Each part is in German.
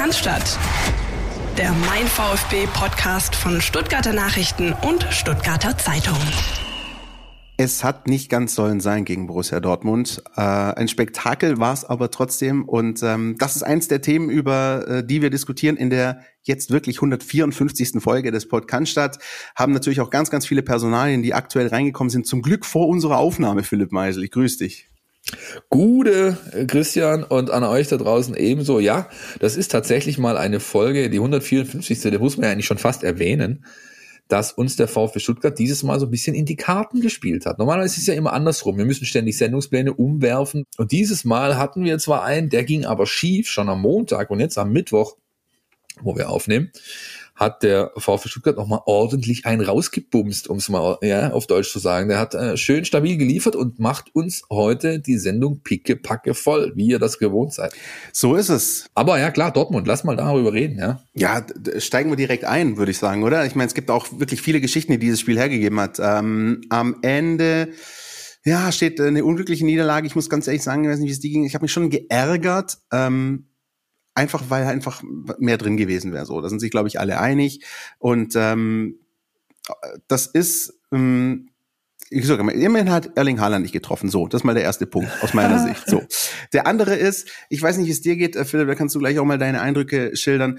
Cannstatt, der Mein VfB-Podcast von Stuttgarter Nachrichten und Stuttgarter Zeitung. Es hat nicht ganz sollen sein gegen Borussia Dortmund. Ein Spektakel war es aber trotzdem. Und das ist eins der Themen, über die wir diskutieren in der jetzt wirklich 154. Folge des Podcast. Haben natürlich auch ganz, ganz viele Personalien, die aktuell reingekommen sind. Zum Glück vor unserer Aufnahme, Philipp Meisel. Ich grüße dich. Gute, Christian, und an euch da draußen ebenso. Ja, das ist tatsächlich mal eine Folge, die 154. Da muss man ja eigentlich schon fast erwähnen, dass uns der VfB Stuttgart dieses Mal so ein bisschen in die Karten gespielt hat. Normalerweise ist es ja immer andersrum. Wir müssen ständig Sendungspläne umwerfen. Und dieses Mal hatten wir zwar einen, der ging aber schief, schon am Montag und jetzt am Mittwoch, wo wir aufnehmen, hat der VfB Stuttgart nochmal ordentlich einen rausgebumst, um es mal auf Deutsch zu sagen. Der hat schön stabil geliefert und macht uns heute die Sendung pickepacke voll, wie ihr das gewohnt seid. So ist es. Aber ja, klar, Dortmund, lass mal darüber reden, ja. Ja, steigen wir direkt ein, würde ich sagen, oder? Ich meine, es gibt auch wirklich viele Geschichten, die dieses Spiel hergegeben hat. Am Ende, ja, steht eine unglückliche Niederlage. Ich muss ganz ehrlich sagen, ich weiß nicht, wie es dir ging. Ich habe mich schon geärgert, einfach weil einfach mehr drin gewesen wäre. So, da sind sich, glaube ich, alle einig. Und das ist, ich sage mal, immerhin hat Erling Haaland nicht getroffen. So, das ist mal der erste Punkt aus meiner Sicht. So, der andere ist, ich weiß nicht, wie es dir geht, Philipp, da kannst du gleich auch mal deine Eindrücke schildern.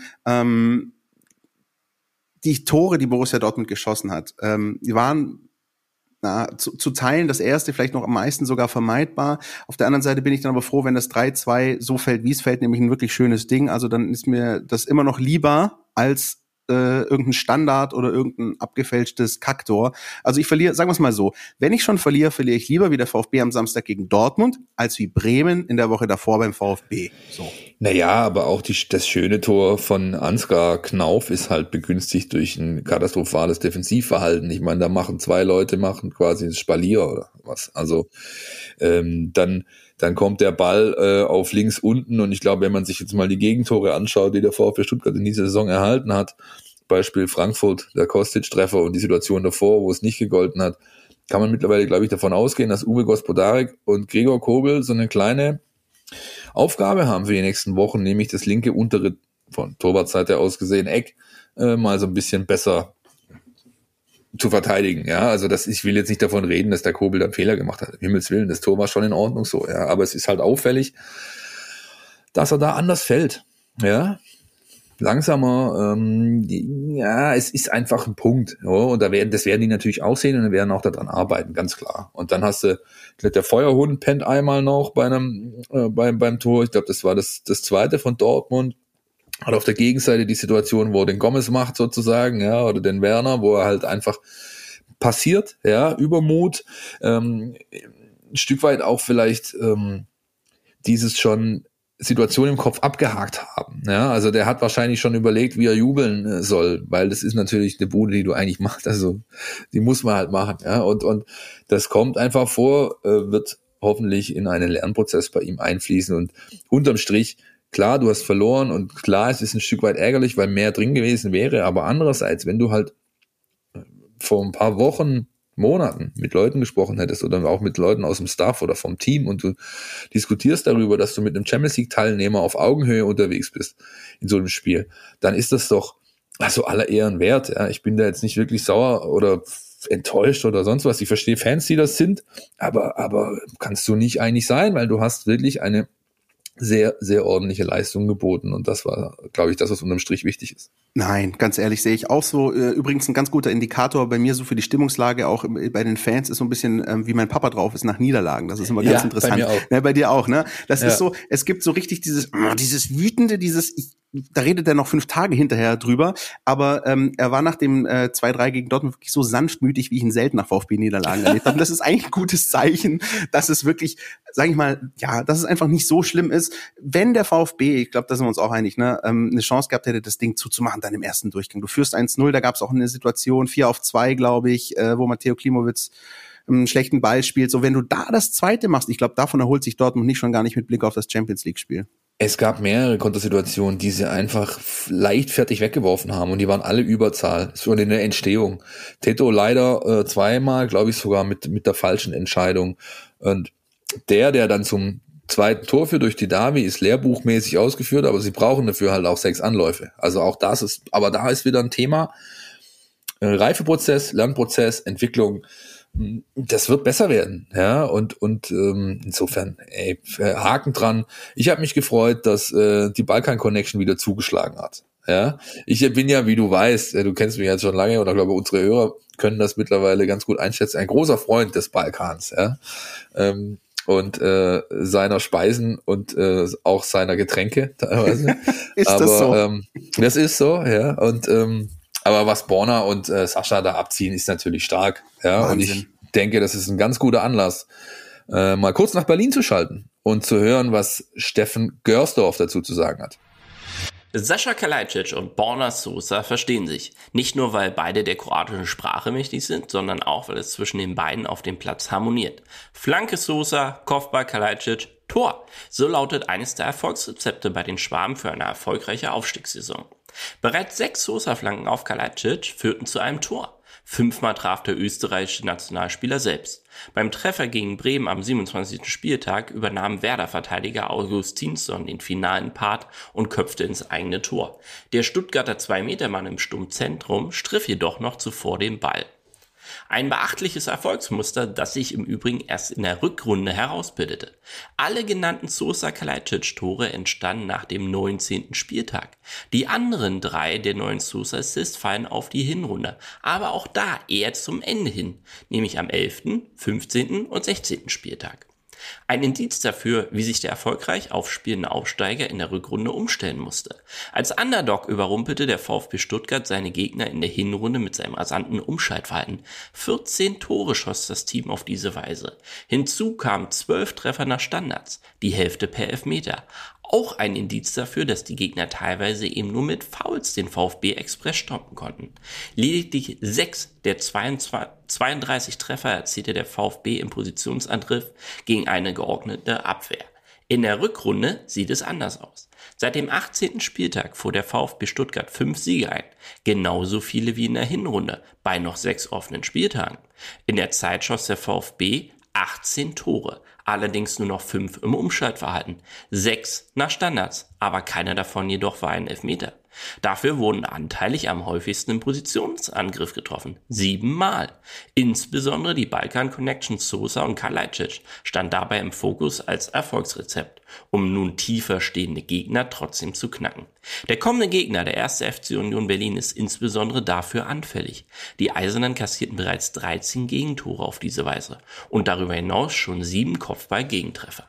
Die Tore, die Borussia Dortmund geschossen hat, die waren zu teilen das erste vielleicht noch am meisten sogar vermeidbar. Auf der anderen Seite bin ich dann aber froh, wenn das 3-2 so fällt, wie es fällt, nämlich ein wirklich schönes Ding. Also dann ist mir das immer noch lieber als irgendein Standard oder irgendein abgefälschtes Kacktor. Also ich verliere, sagen wir es mal so, wenn ich schon verliere, verliere ich lieber wie der VfB am Samstag gegen Dortmund, als wie Bremen in der Woche davor beim VfB. So. Naja, aber auch das schöne Tor von Ansgar Knauf ist halt begünstigt durch ein katastrophales Defensivverhalten. Ich meine, da machen zwei Leute quasi ein Spalier oder was. Also dann kommt der Ball auf links unten und ich glaube, wenn man sich jetzt mal die Gegentore anschaut, die der VfB Stuttgart in dieser Saison erhalten hat, Beispiel Frankfurt, der Kostic-Treffer und die Situation davor, wo es nicht gegolten hat, kann man mittlerweile, glaube ich, davon ausgehen, dass Uwe Gospodarek und Gregor Kobel so eine kleine Aufgabe haben für die nächsten Wochen, nämlich das linke untere, von Torwartseite aus gesehen, Eck mal so ein bisschen besser zu verteidigen, ja, also ich will jetzt nicht davon reden, dass der Kobel dann Fehler gemacht hat, um Himmels Willen, das Tor war schon in Ordnung so, ja, aber es ist halt auffällig, dass er da anders fällt, ja, langsamer, es ist einfach ein Punkt, ja, und das werden die natürlich auch sehen und werden auch daran arbeiten, ganz klar. Und dann hast du, der Feuerhund pennt einmal noch beim Tor, ich glaube, das war das zweite von Dortmund, hat auf der Gegenseite die Situation, wo er den Gomez macht sozusagen, ja, oder den Werner, wo er halt einfach passiert, ja, Übermut, ein Stück weit auch vielleicht dieses schon Situation im Kopf abgehakt haben, ja, also der hat wahrscheinlich schon überlegt, wie er jubeln soll, weil das ist natürlich eine Bude, die du eigentlich machst, also die muss man halt machen, ja, und das kommt einfach vor, wird hoffentlich in einen Lernprozess bei ihm einfließen und unterm Strich, klar, du hast verloren und klar, es ist ein Stück weit ärgerlich, weil mehr drin gewesen wäre, aber andererseits, wenn du halt vor ein paar Wochen, Monaten mit Leuten gesprochen hättest oder auch mit Leuten aus dem Staff oder vom Team und du diskutierst darüber, dass du mit einem Champions League Teilnehmer auf Augenhöhe unterwegs bist in so einem Spiel, dann ist das doch also aller Ehren wert. Ja. Ich bin da jetzt nicht wirklich sauer oder enttäuscht oder sonst was. Ich verstehe Fans, die das sind, aber kannst du nicht eigentlich sein, weil du hast wirklich eine sehr, sehr ordentliche Leistung geboten und das war, glaube ich, das, was unterm Strich wichtig ist. Nein, ganz ehrlich, sehe ich auch so. Übrigens ein ganz guter Indikator bei mir so für die Stimmungslage auch bei den Fans ist so ein bisschen, wie mein Papa drauf ist nach Niederlagen. Das ist immer ganz interessant. Bei mir auch. Ja, bei dir auch, ne? Das ist so, es gibt so richtig dieses wütende, da redet er noch 5 Tage hinterher drüber, aber er war nach dem 2-3 gegen Dortmund wirklich so sanftmütig, wie ich ihn selten nach VfB-Niederlagen erlebt habe. Und das ist eigentlich ein gutes Zeichen, dass es wirklich, sage ich mal, ja, dass es einfach nicht so schlimm ist. Wenn der VfB, ich glaube, da sind wir uns auch einig, ne, eine Chance gehabt hätte, das Ding zuzumachen, dann im ersten Durchgang. Du führst 1-0, da gab es auch eine Situation, 4-2, glaube ich, wo Matteo Klimowitz einen schlechten Ball spielt. So, wenn du da das zweite machst, ich glaube, davon erholt sich Dortmund nicht, schon gar nicht mit Blick auf das Champions-League-Spiel. Es gab mehrere Kontersituationen, die sie einfach leichtfertig weggeworfen haben und die waren alle Überzahl, schon in der Entstehung. Teto leider zweimal, glaube ich sogar mit der falschen Entscheidung. Und der dann zum zweiten Tor für durch Didavi ist lehrbuchmäßig ausgeführt, aber sie brauchen dafür halt auch 6 Anläufe. Also auch da ist wieder ein Thema. Reifeprozess, Lernprozess, Entwicklung, das wird besser werden, ja, und insofern, Haken dran. Ich habe mich gefreut, dass die Balkan Connection wieder zugeschlagen hat, ja. Ich bin ja, wie du weißt, du kennst mich jetzt schon lange, oder glaube unsere Hörer können das mittlerweile ganz gut einschätzen, ein großer Freund des Balkans, ja, und seiner Speisen und auch seiner Getränke teilweise. Ist aber, das so? Das ist so, ja, und aber was Borna und Sascha da abziehen, ist natürlich stark. Ja, Wahnsinn. Und ich denke, das ist ein ganz guter Anlass, mal kurz nach Berlin zu schalten und zu hören, was Steffen Görsdorf dazu zu sagen hat. Sascha Kalajdzic und Borna Sosa verstehen sich. Nicht nur, weil beide der kroatischen Sprache mächtig sind, sondern auch, weil es zwischen den beiden auf dem Platz harmoniert. Flanke Sosa, Kopfball Kalajdzic, Tor. So lautet eines der Erfolgsrezepte bei den Schwaben für eine erfolgreiche Aufstiegssaison. Bereits 6 Sosa-Flanken auf Kalajdzic führten zu einem Tor. 5-mal traf der österreichische Nationalspieler selbst. Beim Treffer gegen Bremen am 27. Spieltag übernahm Werder-Verteidiger Augustinsson den finalen Part und köpfte ins eigene Tor. Der Stuttgarter 2-Meter-Mann im Sturmzentrum striff jedoch noch zuvor den Ball. Ein beachtliches Erfolgsmuster, das sich im Übrigen erst in der Rückrunde herausbildete. Alle genannten Sosa-Kalajdzic-Tore entstanden nach dem 19. Spieltag. Die anderen 3 der 9 Sosa-Assists fallen auf die Hinrunde, aber auch da eher zum Ende hin, nämlich am 11., 15. und 16. Spieltag. Ein Indiz dafür, wie sich der erfolgreich aufspielende Aufsteiger in der Rückrunde umstellen musste. Als Underdog überrumpelte der VfB Stuttgart seine Gegner in der Hinrunde mit seinem rasanten Umschaltverhalten. 14 Tore schoss das Team auf diese Weise. Hinzu kamen 12 Treffer nach Standards, die Hälfte per Elfmeter. Auch ein Indiz dafür, dass die Gegner teilweise eben nur mit Fouls den VfB Express stoppen konnten. Lediglich 6 der 32 Treffer erzielte der VfB im Positionsangriff gegen eine geordnete Abwehr. In der Rückrunde sieht es anders aus. Seit dem 18. Spieltag fuhr der VfB Stuttgart 5 Siege ein, genauso viele wie in der Hinrunde, bei noch 6 offenen Spieltagen. In der Zeit schoss der VfB 18 Tore, allerdings nur noch 5 im Umschaltverhalten, 6 nach Standards, aber keiner davon jedoch war ein Elfmeter. Dafür wurden anteilig am häufigsten im Positionsangriff getroffen, 7 Mal. Insbesondere die Balkan Connection Sosa und Kalajdzic stand dabei im Fokus als Erfolgsrezept, um nun tiefer stehende Gegner trotzdem zu knacken. Der kommende Gegner, der 1. FC Union Berlin, ist insbesondere dafür anfällig. Die Eisernen kassierten bereits 13 Gegentore auf diese Weise und darüber hinaus schon 7 Kopfball-Gegentreffer.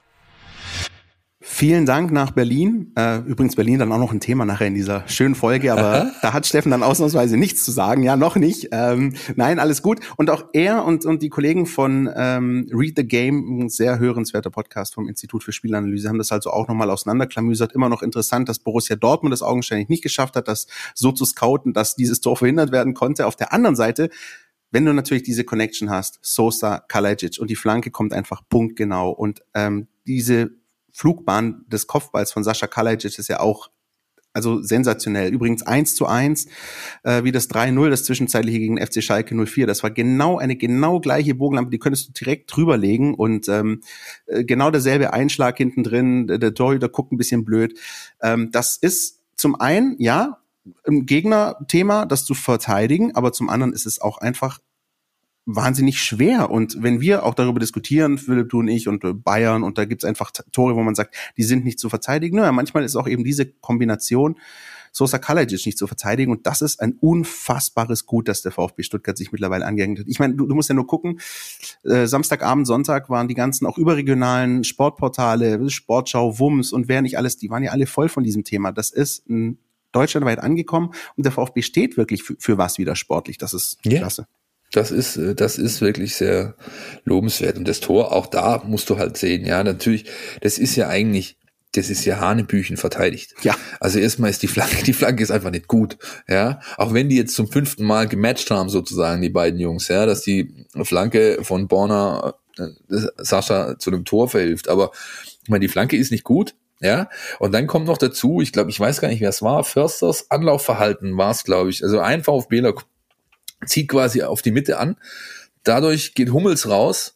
Vielen Dank nach Berlin. Übrigens Berlin dann auch noch ein Thema nachher in dieser schönen Folge, aber da hat Steffen dann ausnahmsweise nichts zu sagen. Ja, noch nicht. Nein, alles gut. Und auch er und die Kollegen von Read the Game, ein sehr hörenswerter Podcast vom Institut für Spielanalyse, haben das also auch nochmal auseinanderklamüsert. Immer noch interessant, dass Borussia Dortmund das augenscheinlich nicht geschafft hat, das so zu scouten, dass dieses Tor verhindert werden konnte. Auf der anderen Seite, wenn du natürlich diese Connection hast, Sosa, Kalajdzic und die Flanke kommt einfach punktgenau und diese Flugbahn des Kopfballs von Sascha Kalajdzic ist ja auch also sensationell. Übrigens 1:1, wie das 3:0, das zwischenzeitliche gegen FC Schalke 04. Das war eine genau gleiche Bogenlampe, die könntest du direkt drüber legen und genau derselbe Einschlag hinten drin. Der Torhüter guckt ein bisschen blöd. Das ist zum einen, ja, ein Gegnerthema, das zu verteidigen, aber zum anderen ist es auch einfach wahnsinnig schwer. Und wenn wir auch darüber diskutieren, Philipp, du und ich und Bayern, und da gibt's einfach Tore, wo man sagt, die sind nicht zu verteidigen. Naja, manchmal ist auch eben diese Kombination Sosa Kalajdzic nicht zu verteidigen. Und das ist ein unfassbares Gut, das der VfB Stuttgart sich mittlerweile angeeignet hat. Ich meine, du musst ja nur gucken, Samstagabend, Sonntag waren die ganzen auch überregionalen Sportportale, Sportschau, Wums und wer nicht alles, die waren ja alle voll von diesem Thema. Das ist deutschlandweit angekommen und der VfB steht wirklich für was wieder sportlich. Das ist klasse. Das ist wirklich sehr lobenswert. Und das Tor, auch da musst du halt sehen, ja, natürlich, das ist ja Hanebüchen verteidigt. Ja. Also erstmal ist die Flanke ist einfach nicht gut, ja. Auch wenn die jetzt zum 5. Mal gematcht haben, sozusagen, die beiden Jungs, ja, dass die Flanke von Borna Sascha zu einem Tor verhilft. Aber, ich meine, die Flanke ist nicht gut. Ja, und dann kommt noch dazu, ich weiß gar nicht, wer es war, Försters Anlaufverhalten war es, glaube ich. Also ein VfBler zieht quasi auf die Mitte an, dadurch geht Hummels raus,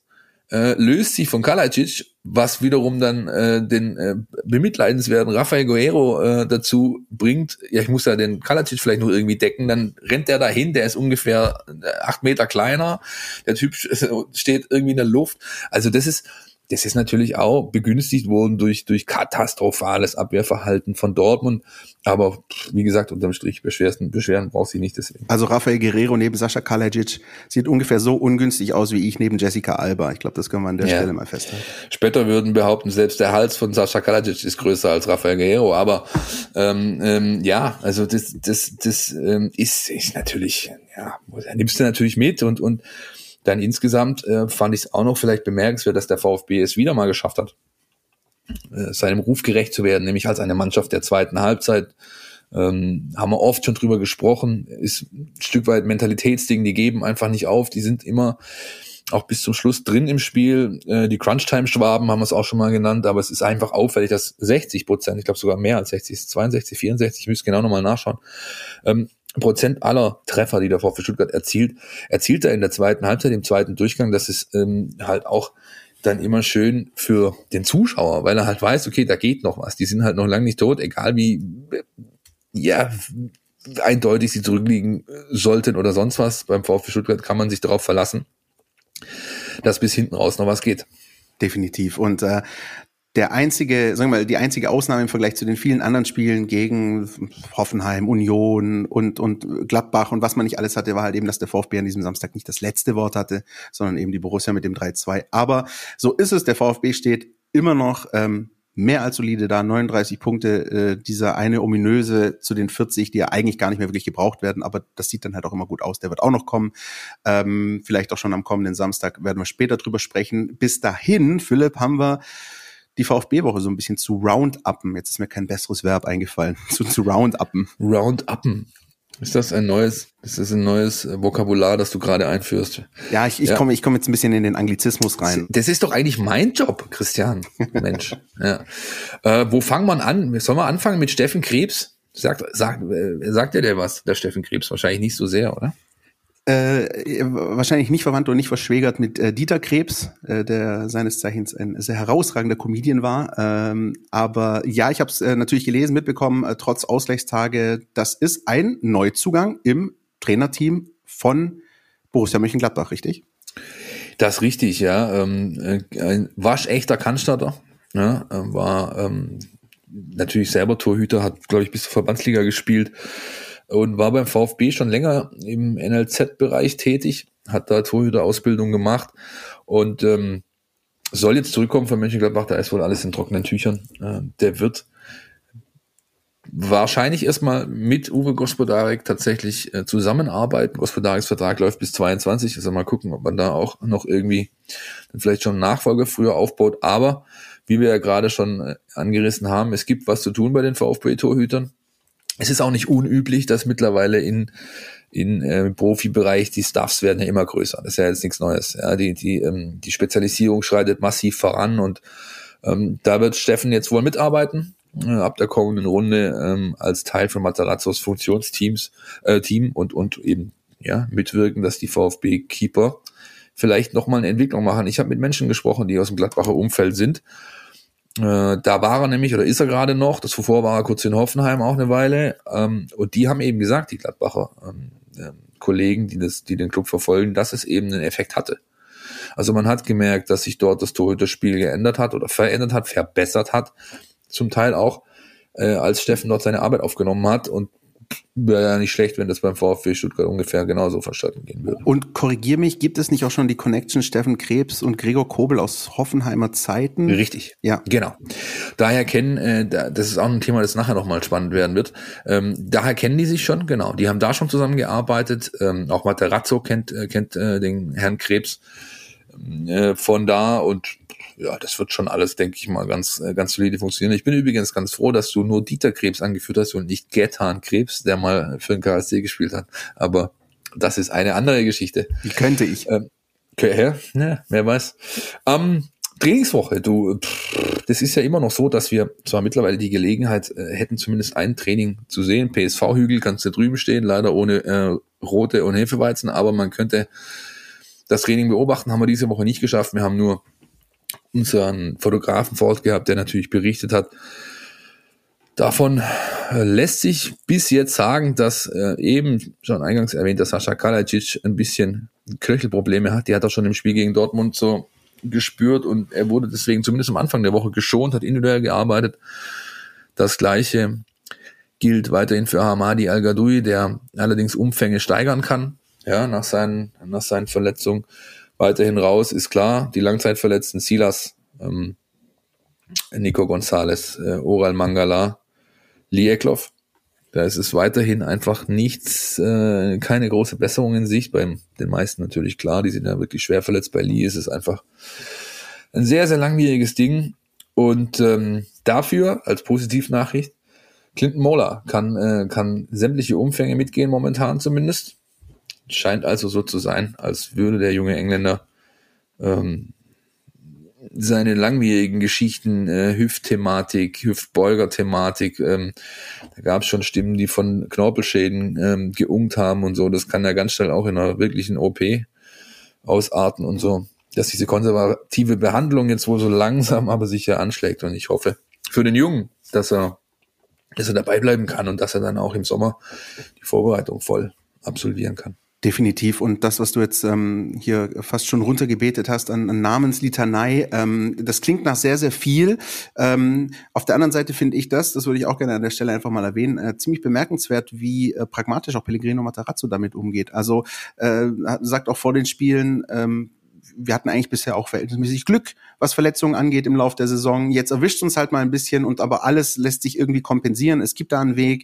löst sich von Kalajdzic, was wiederum dann den bemitleidenswerten Rafael Guerreiro dazu bringt, ja, ich muss ja den Kalajdzic vielleicht noch irgendwie decken, dann rennt der dahin, der ist ungefähr 8 Meter kleiner, der Typ steht irgendwie in der Luft, also das ist natürlich auch begünstigt worden durch katastrophales Abwehrverhalten von Dortmund. Aber wie gesagt, unterm Strich beschweren braucht sie nicht deswegen. Also Rafael Guerreiro neben Sascha Kalajdzic sieht ungefähr so ungünstig aus wie ich neben Jessica Alba. Ich glaube, das können wir an der Stelle mal festhalten. Später würden behaupten, selbst der Hals von Sascha Kalajdzic ist größer als Rafael Guerreiro. Aber ja, also das ist natürlich, ja, nimmst du natürlich mit und dann insgesamt fand ich es auch noch vielleicht bemerkenswert, dass der VfB es wieder mal geschafft hat, seinem Ruf gerecht zu werden, nämlich als eine Mannschaft der zweiten Halbzeit. Haben wir oft schon drüber gesprochen, ist ein Stück weit Mentalitätsding, die geben einfach nicht auf, die sind immer auch bis zum Schluss drin im Spiel. Die Crunch-Time-Schwaben haben wir es auch schon mal genannt, aber es ist einfach auffällig, dass 60%, ich glaube sogar mehr als 60, 62, 64, ich müsste genau nochmal nachschauen, Prozent aller Treffer, die der VfB Stuttgart erzielt er in der zweiten Halbzeit, im zweiten Durchgang. Das ist halt auch dann immer schön für den Zuschauer, weil er halt weiß, okay, da geht noch was. Die sind halt noch lange nicht tot, egal wie eindeutig sie zurückliegen sollten oder sonst was. Beim VfB Stuttgart kann man sich darauf verlassen, dass bis hinten raus noch was geht. Definitiv. Und die einzige Ausnahme im Vergleich zu den vielen anderen Spielen gegen Hoffenheim, Union und Gladbach und was man nicht alles hatte, war halt eben, dass der VfB an diesem Samstag nicht das letzte Wort hatte, sondern eben die Borussia mit dem 3-2. Aber so ist es. Der VfB steht immer noch mehr als solide da, 39 Punkte, dieser eine ominöse zu den 40, die ja eigentlich gar nicht mehr wirklich gebraucht werden, aber das sieht dann halt auch immer gut aus. Der wird auch noch kommen, vielleicht auch schon am kommenden Samstag, werden wir später drüber sprechen. Bis dahin, Philipp, haben wir die VfB-Woche so ein bisschen zu round-uppen. Jetzt ist mir kein besseres Verb eingefallen. Zu round-uppen. Round-uppen. Ist das ein neues Vokabular, das du gerade einführst? Ja, ich komme jetzt ein bisschen in den Anglizismus rein. Das ist doch eigentlich mein Job, Christian. Mensch. Ja. Wo fangen wir an? Sollen wir anfangen mit Steffen Krebs? Sagt der was, der Steffen Krebs? Wahrscheinlich nicht so sehr, oder? Wahrscheinlich nicht verwandt und nicht verschwägert mit Dieter Krebs, der seines Zeichens ein sehr herausragender Comedian war. Aber ja, ich habe es natürlich gelesen, mitbekommen, trotz Ausgleichstage, das ist ein Neuzugang im Trainerteam von Borussia Mönchengladbach, richtig? Das ist richtig, ja. Ein waschechter Cannstatter, ja, war natürlich selber Torhüter, hat, glaube ich, bis zur Verbandsliga gespielt. Und war beim VfB schon länger im NLZ-Bereich tätig, hat da Torhüter-Ausbildung gemacht und soll jetzt zurückkommen von Mönchengladbach, da ist wohl alles in trockenen Tüchern. Der wird wahrscheinlich erstmal mit Uwe Gospodarek tatsächlich zusammenarbeiten. Gospodareks Vertrag läuft bis 22, also mal gucken, ob man da auch noch irgendwie vielleicht schon einen Nachfolger früher aufbaut. Aber wie wir ja gerade schon angerissen haben, es gibt was zu tun bei den VfB-Torhütern. Es ist auch nicht unüblich, dass mittlerweile im Profibereich die Staffs werden ja immer größer. Das ist ja jetzt nichts Neues. Ja, die Spezialisierung schreitet massiv voran und da wird Steffen jetzt wohl mitarbeiten ab der kommenden Runde als Teil von Matarazzos Funktionsteam und eben ja mitwirken, dass die VfB-Keeper vielleicht nochmal eine Entwicklung machen. Ich habe mit Menschen gesprochen, die aus dem Gladbacher Umfeld sind. Da war er nämlich, oder ist er gerade noch, das zuvor war er kurz in Hoffenheim auch eine Weile, und die haben eben gesagt, die Gladbacher Kollegen, die den Club verfolgen, dass es eben einen Effekt hatte. Also man hat gemerkt, dass sich dort das Torhüterspiel geändert hat oder verändert hat, verbessert hat, zum Teil auch, als Steffen dort seine Arbeit aufgenommen hat, und wäre ja nicht schlecht, wenn das beim VfB Stuttgart ungefähr genauso vonstatten gehen würde. Und korrigier mich, gibt es nicht auch schon die Connection Steffen Krebs und Gregor Kobel aus Hoffenheimer Zeiten? Richtig, ja, genau. Daher das ist auch ein Thema, das nachher nochmal spannend werden wird. Daher kennen die sich schon, genau. Die haben da schon zusammengearbeitet. Auch Materazzo kennt den Herrn Krebs von da, und ja, das wird schon alles, denke ich mal, ganz solide funktionieren. Ich bin übrigens ganz froh, dass du nur Dieter Krebs angeführt hast und nicht Gertan Krebs, der mal für den KSC gespielt hat. Aber das ist eine andere Geschichte. Wie könnte ich? Ja, wer weiß. Trainingswoche, das ist ja immer noch so, dass wir zwar mittlerweile die Gelegenheit hätten, zumindest ein Training zu sehen. PSV-Hügel kannst du drüben stehen, leider ohne Rote und Hefeweizen, aber man könnte Das Training beobachten haben wir diese Woche nicht geschafft. Wir haben nur unseren Fotografen vor Ort gehabt, der natürlich berichtet hat. Davon lässt sich bis jetzt sagen, dass eben schon eingangs erwähnter Sascha Kalajdzic ein bisschen Knöchelprobleme hat. Die hat er schon im Spiel gegen Dortmund so gespürt und er wurde deswegen zumindest am Anfang der Woche geschont, hat individuell gearbeitet. Das Gleiche gilt weiterhin für Hamadi Al-Gadoui, der allerdings Umfänge steigern kann, ja, nach seinen Verletzungen. Weiterhin raus ist klar, die Langzeitverletzten Silas, Nico Gonzalez, Oral Mangala, Lee Eklov. Da ist es weiterhin einfach nichts, keine große Besserung in Sicht. Bei den meisten natürlich klar, die sind ja wirklich schwer verletzt. Bei Lee ist es einfach ein sehr, sehr langwieriges Ding. Und dafür, als Positivnachricht, Clinton Mola kann sämtliche Umfänge mitgehen, momentan zumindest. Scheint also so zu sein, als würde der junge Engländer seine langwierigen Geschichten, Hüftthematik, Hüftbeuger-Thematik, da gab es schon Stimmen, die von Knorpelschäden geungt haben und so. Das kann ja ganz schnell auch in einer wirklichen OP ausarten und so. Dass diese konservative Behandlung jetzt wohl so langsam aber sicher anschlägt. Und ich hoffe für den Jungen, dass er dabei bleiben kann und dass er dann auch im Sommer die Vorbereitung voll absolvieren kann. Definitiv. Und das, was du jetzt hier fast schon runtergebetet hast an Namenslitanei, das klingt nach sehr, sehr viel. Auf der anderen Seite finde ich das würde ich auch gerne an der Stelle einfach mal erwähnen, ziemlich bemerkenswert, wie pragmatisch auch Pellegrino Matarazzo damit umgeht. Also sagt auch vor den Spielen, wir hatten eigentlich bisher auch verhältnismäßig Glück, was Verletzungen angeht im Lauf der Saison. Jetzt erwischt uns halt mal ein bisschen aber alles lässt sich irgendwie kompensieren. Es gibt da einen Weg.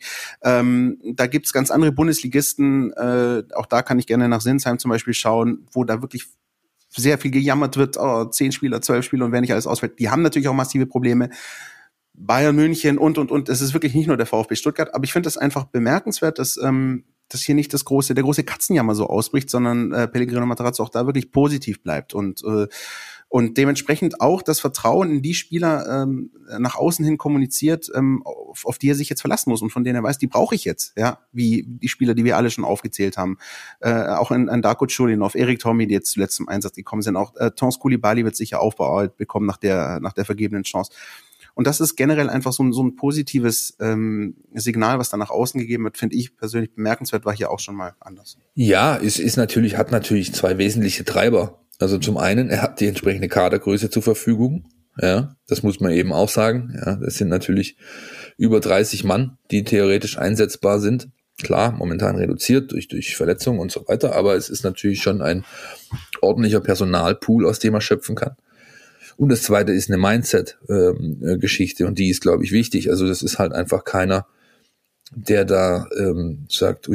Da gibt's ganz andere Bundesligisten. Auch da kann ich gerne nach Sinsheim zum Beispiel schauen, wo da wirklich sehr viel gejammert wird. 10 Spieler, 12 Spieler und wer nicht alles ausfällt. Die haben natürlich auch massive Probleme. Bayern München und. Es ist wirklich nicht nur der VfB Stuttgart. Aber ich finde das einfach bemerkenswert, dass hier nicht der große Katzenjammer so ausbricht, sondern Pellegrino Matarazzo auch da wirklich positiv bleibt und dementsprechend auch das Vertrauen in die Spieler nach außen hin kommuniziert, auf die er sich jetzt verlassen muss und von denen er weiß, die brauche ich jetzt, ja, wie die Spieler, die wir alle schon aufgezählt haben. Auch ein Darko Chulinov, Erik Tommy, die jetzt zuletzt zum Einsatz gekommen sind, auch Tons Koulibaly wird sicher Aufbau bekommen nach der vergebenen Chance. Und das ist generell einfach so ein positives Signal, was da nach außen gegeben wird, finde ich persönlich bemerkenswert, war hier auch schon mal anders. Ja, hat natürlich zwei wesentliche Treiber. Also zum einen, er hat die entsprechende Kadergröße zur Verfügung. Ja, das muss man eben auch sagen. Ja, das sind natürlich über 30 Mann, die theoretisch einsetzbar sind. Klar, momentan reduziert durch Verletzungen und so weiter, aber es ist natürlich schon ein ordentlicher Personalpool, aus dem er schöpfen kann. Und das zweite ist eine Mindset-Geschichte und die ist, glaube ich, wichtig. Also das ist halt einfach keiner, der da sagt,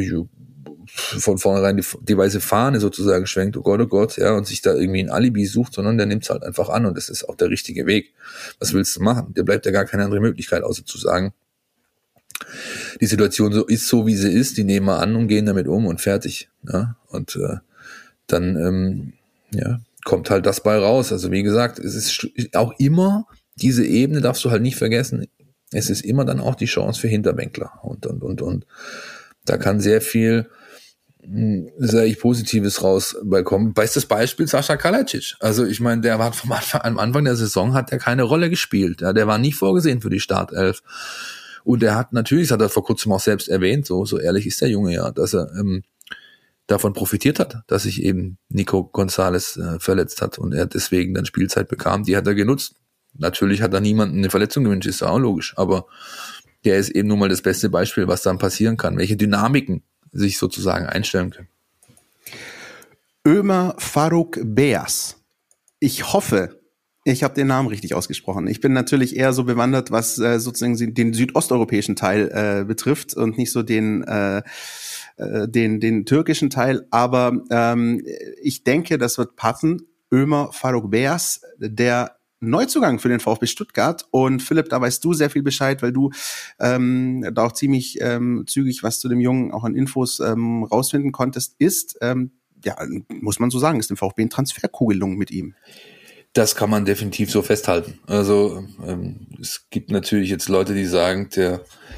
von vornherein die weiße Fahne sozusagen schwenkt, oh Gott, ja, und sich da irgendwie ein Alibi sucht, sondern der nimmt es halt einfach an und das ist auch der richtige Weg. Was willst du machen? Der bleibt ja gar keine andere Möglichkeit, außer zu sagen, die Situation ist so, wie sie ist, die nehmen wir an und gehen damit um und fertig. Ja? Und dann kommt halt das bei raus. Also wie gesagt, es ist auch immer, diese Ebene darfst du halt nicht vergessen, es ist immer dann auch die Chance für Hinterbänkler und da kann sehr viel, sage ich, Positives rausbekommen. Bestes Beispiel Sascha Kalajdzic. Also ich meine, der war am Anfang der Saison hat er keine Rolle gespielt. Ja, der war nicht vorgesehen für die Startelf. Und er hat natürlich, das hat er vor kurzem auch selbst erwähnt, so ehrlich ist der Junge ja, dass er davon profitiert hat, dass sich eben Nico Gonzalez verletzt hat und er deswegen dann Spielzeit bekam. Die hat er genutzt. Natürlich hat er niemanden eine Verletzung gewünscht, ist ja auch logisch, aber der ist eben nun mal das beste Beispiel, was dann passieren kann, welche Dynamiken sich sozusagen einstellen können. Ömer Faruk Beyaz. Ich hoffe, ich habe den Namen richtig ausgesprochen. Ich bin natürlich eher so bewandert, was sozusagen den südosteuropäischen Teil betrifft und nicht so den türkischen Teil, aber ich denke, das wird passen. Ömer Faruk Beyaz, der Neuzugang für den VfB Stuttgart. Und Philipp, da weißt du sehr viel Bescheid, weil du da auch ziemlich zügig was zu dem Jungen auch an Infos rausfinden konntest, muss man so sagen, ist dem VfB ein Transferkugelung mit ihm. Das kann man definitiv so festhalten. Also es gibt natürlich jetzt Leute, die sagen, der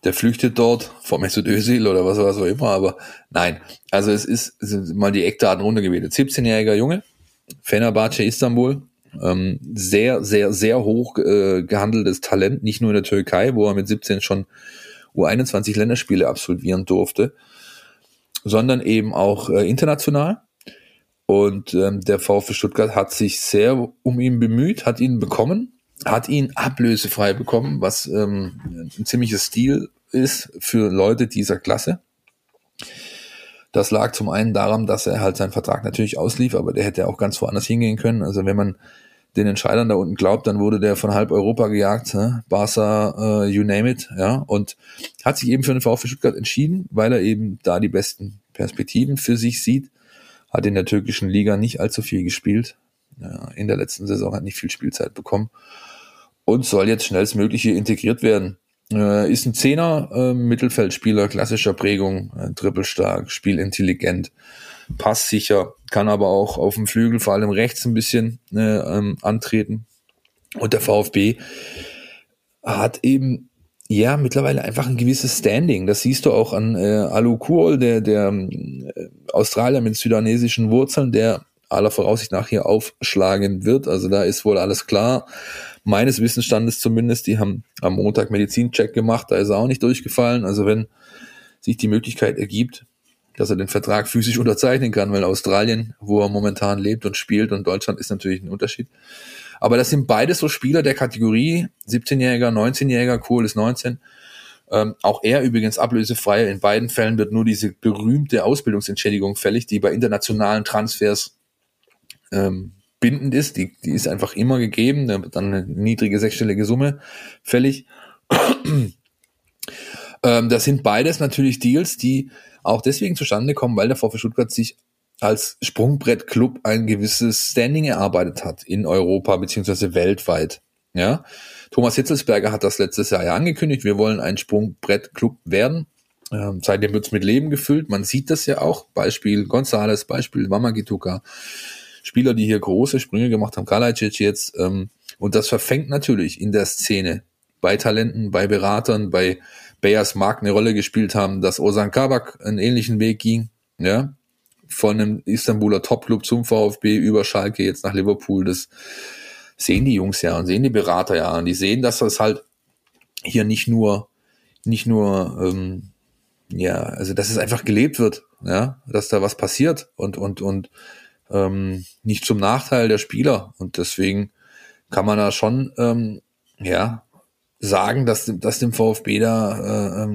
der flüchtet dort vor Mesut Özil oder was auch immer, aber nein. Also es sind mal die Eckdaten runtergebetet. 17-jähriger Junge, Fenerbahce Istanbul, sehr, sehr, sehr hoch gehandeltes Talent, nicht nur in der Türkei, wo er mit 17 schon U21 Länderspiele absolvieren durfte, sondern eben auch international. Und der VfB Stuttgart hat sich sehr um ihn bemüht, hat ihn bekommen, hat ihn ablösefrei bekommen, was ein ziemliches Stil ist für Leute dieser Klasse. Das lag zum einen daran, dass er halt seinen Vertrag natürlich auslief, aber der hätte auch ganz woanders hingehen können. Also wenn man den Entscheidern da unten glaubt, dann wurde der von halb Europa gejagt, Barca, you name it, ja, und hat sich eben für den VfB Stuttgart entschieden, weil er eben da die besten Perspektiven für sich sieht. Hat in der türkischen Liga nicht allzu viel gespielt, ja, in der letzten Saison hat nicht viel Spielzeit bekommen und soll jetzt schnellstmöglich hier integriert werden. Ist ein Zehner, Mittelfeldspieler klassischer Prägung, dribbelstark, spielintelligent, passsicher, kann aber auch auf dem Flügel, vor allem rechts ein bisschen antreten. Und der VfB hat eben mittlerweile einfach ein gewisses Standing. Das siehst du auch an Alou Kool, der Australier mit sudanesischen Wurzeln, der aller Voraussicht nach hier aufschlagen wird. Also da ist wohl alles klar. Meines Wissensstandes zumindest, die haben am Montag Medizincheck gemacht, da ist er auch nicht durchgefallen. Also wenn sich die Möglichkeit ergibt, dass er den Vertrag physisch unterzeichnen kann, weil Australien, wo er momentan lebt und spielt, und Deutschland ist natürlich ein Unterschied. Aber das sind beides so Spieler der Kategorie, 17-Jähriger, 19-Jähriger, Kohl ist 19. Auch er übrigens ablösefrei. In beiden Fällen wird nur diese berühmte Ausbildungsentschädigung fällig, die bei internationalen Transfers bindend ist. Die ist einfach immer gegeben. Da wird dann eine niedrige sechsstellige Summe fällig. Das sind beides natürlich Deals, die auch deswegen zustande kommen, weil der VfB Stuttgart sich als Sprungbrett-Club ein gewisses Standing erarbeitet hat in Europa beziehungsweise weltweit. Ja, Thomas Hitzelsberger hat das letztes Jahr ja angekündigt, wir wollen ein Sprungbrett-Club werden. Seitdem wird es mit Leben gefüllt. Man sieht das ja auch. Beispiel González, Beispiel Mamagituka. Spieler, die hier große Sprünge gemacht haben, Kalajdzic jetzt. Und das verfängt natürlich in der Szene. Bei Talenten, bei Beratern, bei Bayers Mark eine Rolle gespielt haben, dass Ozan Kabak einen ähnlichen Weg ging. Ja, von einem Istanbuler Topclub zum VfB über Schalke jetzt nach Liverpool. Das sehen die Jungs ja und sehen die Berater ja. Und die sehen, dass das halt hier nicht nur also dass es einfach gelebt wird, ja, dass da was passiert und nicht zum Nachteil der Spieler. Und deswegen kann man da schon sagen, dass dem VfB da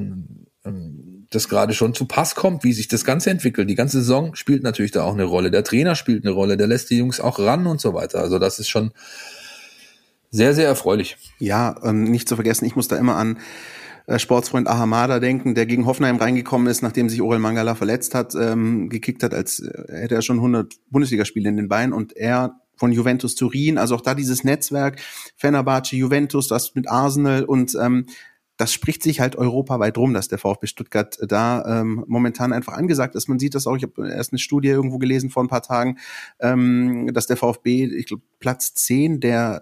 das gerade schon zu Pass kommt, wie sich das Ganze entwickelt. Die ganze Saison spielt natürlich da auch eine Rolle. Der Trainer spielt eine Rolle, der lässt die Jungs auch ran und so weiter. Also das ist schon sehr, sehr erfreulich. Ja, nicht zu vergessen, ich muss da immer an Sportsfreund Ahamada denken, der gegen Hoffenheim reingekommen ist, nachdem sich Orel Mangala verletzt hat, gekickt hat, als hätte er schon 100 Bundesligaspiele in den Beinen, und er von Juventus Turin, also auch da dieses Netzwerk, Fenerbahce, Juventus, das mit Arsenal, und das spricht sich halt europaweit rum, dass der VfB Stuttgart da momentan einfach angesagt ist. Man sieht das auch, ich habe erst eine Studie irgendwo gelesen vor ein paar Tagen, dass der VfB, ich glaube, Platz 10 der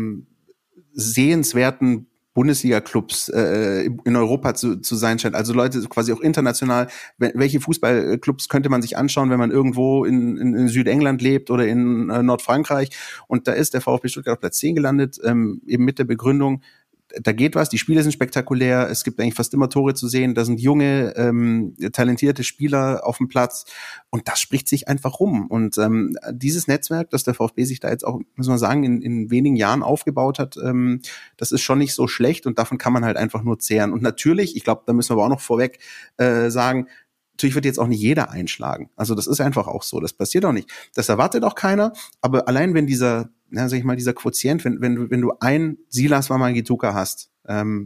sehenswerten Bundesliga-Clubs in Europa zu sein scheint. Also Leute quasi auch international. Welche Fußballclubs könnte man sich anschauen, wenn man irgendwo in Südengland lebt oder in Nordfrankreich? Und da ist der VfB Stuttgart auf Platz 10 gelandet, eben mit der Begründung, da geht was, die Spiele sind spektakulär, es gibt eigentlich fast immer Tore zu sehen, da sind junge, talentierte Spieler auf dem Platz, und das spricht sich einfach rum. Und dieses Netzwerk, das der VfB sich da jetzt auch, muss man sagen, in wenigen Jahren aufgebaut hat, das ist schon nicht so schlecht, und davon kann man halt einfach nur zehren. Und natürlich, ich glaube, da müssen wir aber auch noch vorweg sagen, natürlich wird jetzt auch nicht jeder einschlagen. Also das ist einfach auch so, das passiert auch nicht. Das erwartet auch keiner, aber allein wenn dieser Quotient, wenn du ein Silas Mamagituka hast, alle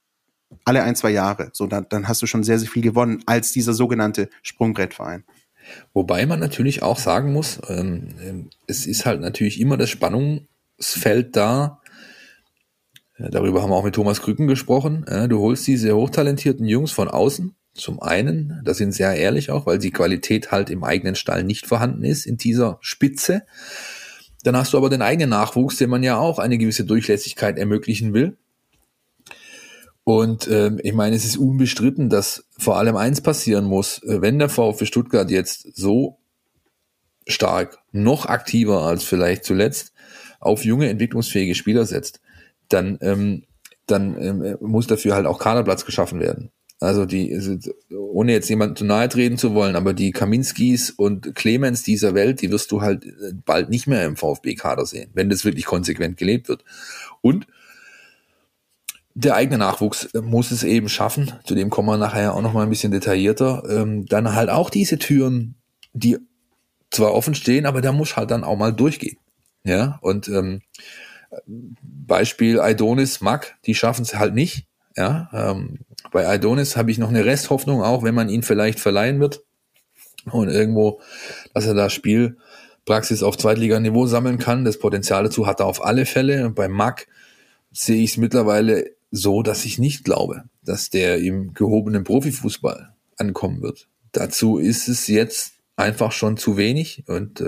1-2 Jahre, so dann hast du schon sehr, sehr viel gewonnen als dieser sogenannte Sprungbrettverein. Wobei man natürlich auch sagen muss, es ist halt natürlich immer das Spannungsfeld da. Darüber haben wir auch mit Thomas Krücken gesprochen. Du holst diese hochtalentierten Jungs von außen. Zum einen, da sind sehr ehrlich auch, weil die Qualität halt im eigenen Stall nicht vorhanden ist in dieser Spitze. Dann hast du aber den eigenen Nachwuchs, dem man ja auch eine gewisse Durchlässigkeit ermöglichen will. Und ich meine, es ist unbestritten, dass vor allem eins passieren muss, wenn der VfB Stuttgart jetzt so stark, noch aktiver als vielleicht zuletzt, auf junge, entwicklungsfähige Spieler setzt, dann muss dafür halt auch Kaderplatz geschaffen werden. Also ohne jetzt jemandem zu nahe treten zu wollen, aber die Kaminskis und Clemens dieser Welt, die wirst du halt bald nicht mehr im VfB-Kader sehen, wenn das wirklich konsequent gelebt wird. Und der eigene Nachwuchs muss es eben schaffen, zu dem kommen wir nachher auch noch mal ein bisschen detaillierter, dann halt auch diese Türen, die zwar offen stehen, aber der muss halt dann auch mal durchgehen. Ja, und Beispiel Aidonis, Mack, die schaffen es halt nicht. Ja, bei Aidonis habe ich noch eine Resthoffnung, auch wenn man ihn vielleicht verleihen wird und irgendwo, dass er da Spielpraxis auf Zweitliganiveau sammeln kann. Das Potenzial dazu hat er auf alle Fälle. Und bei Mack sehe ich es mittlerweile so, dass ich nicht glaube, dass der im gehobenen Profifußball ankommen wird. Dazu ist es jetzt einfach schon zu wenig und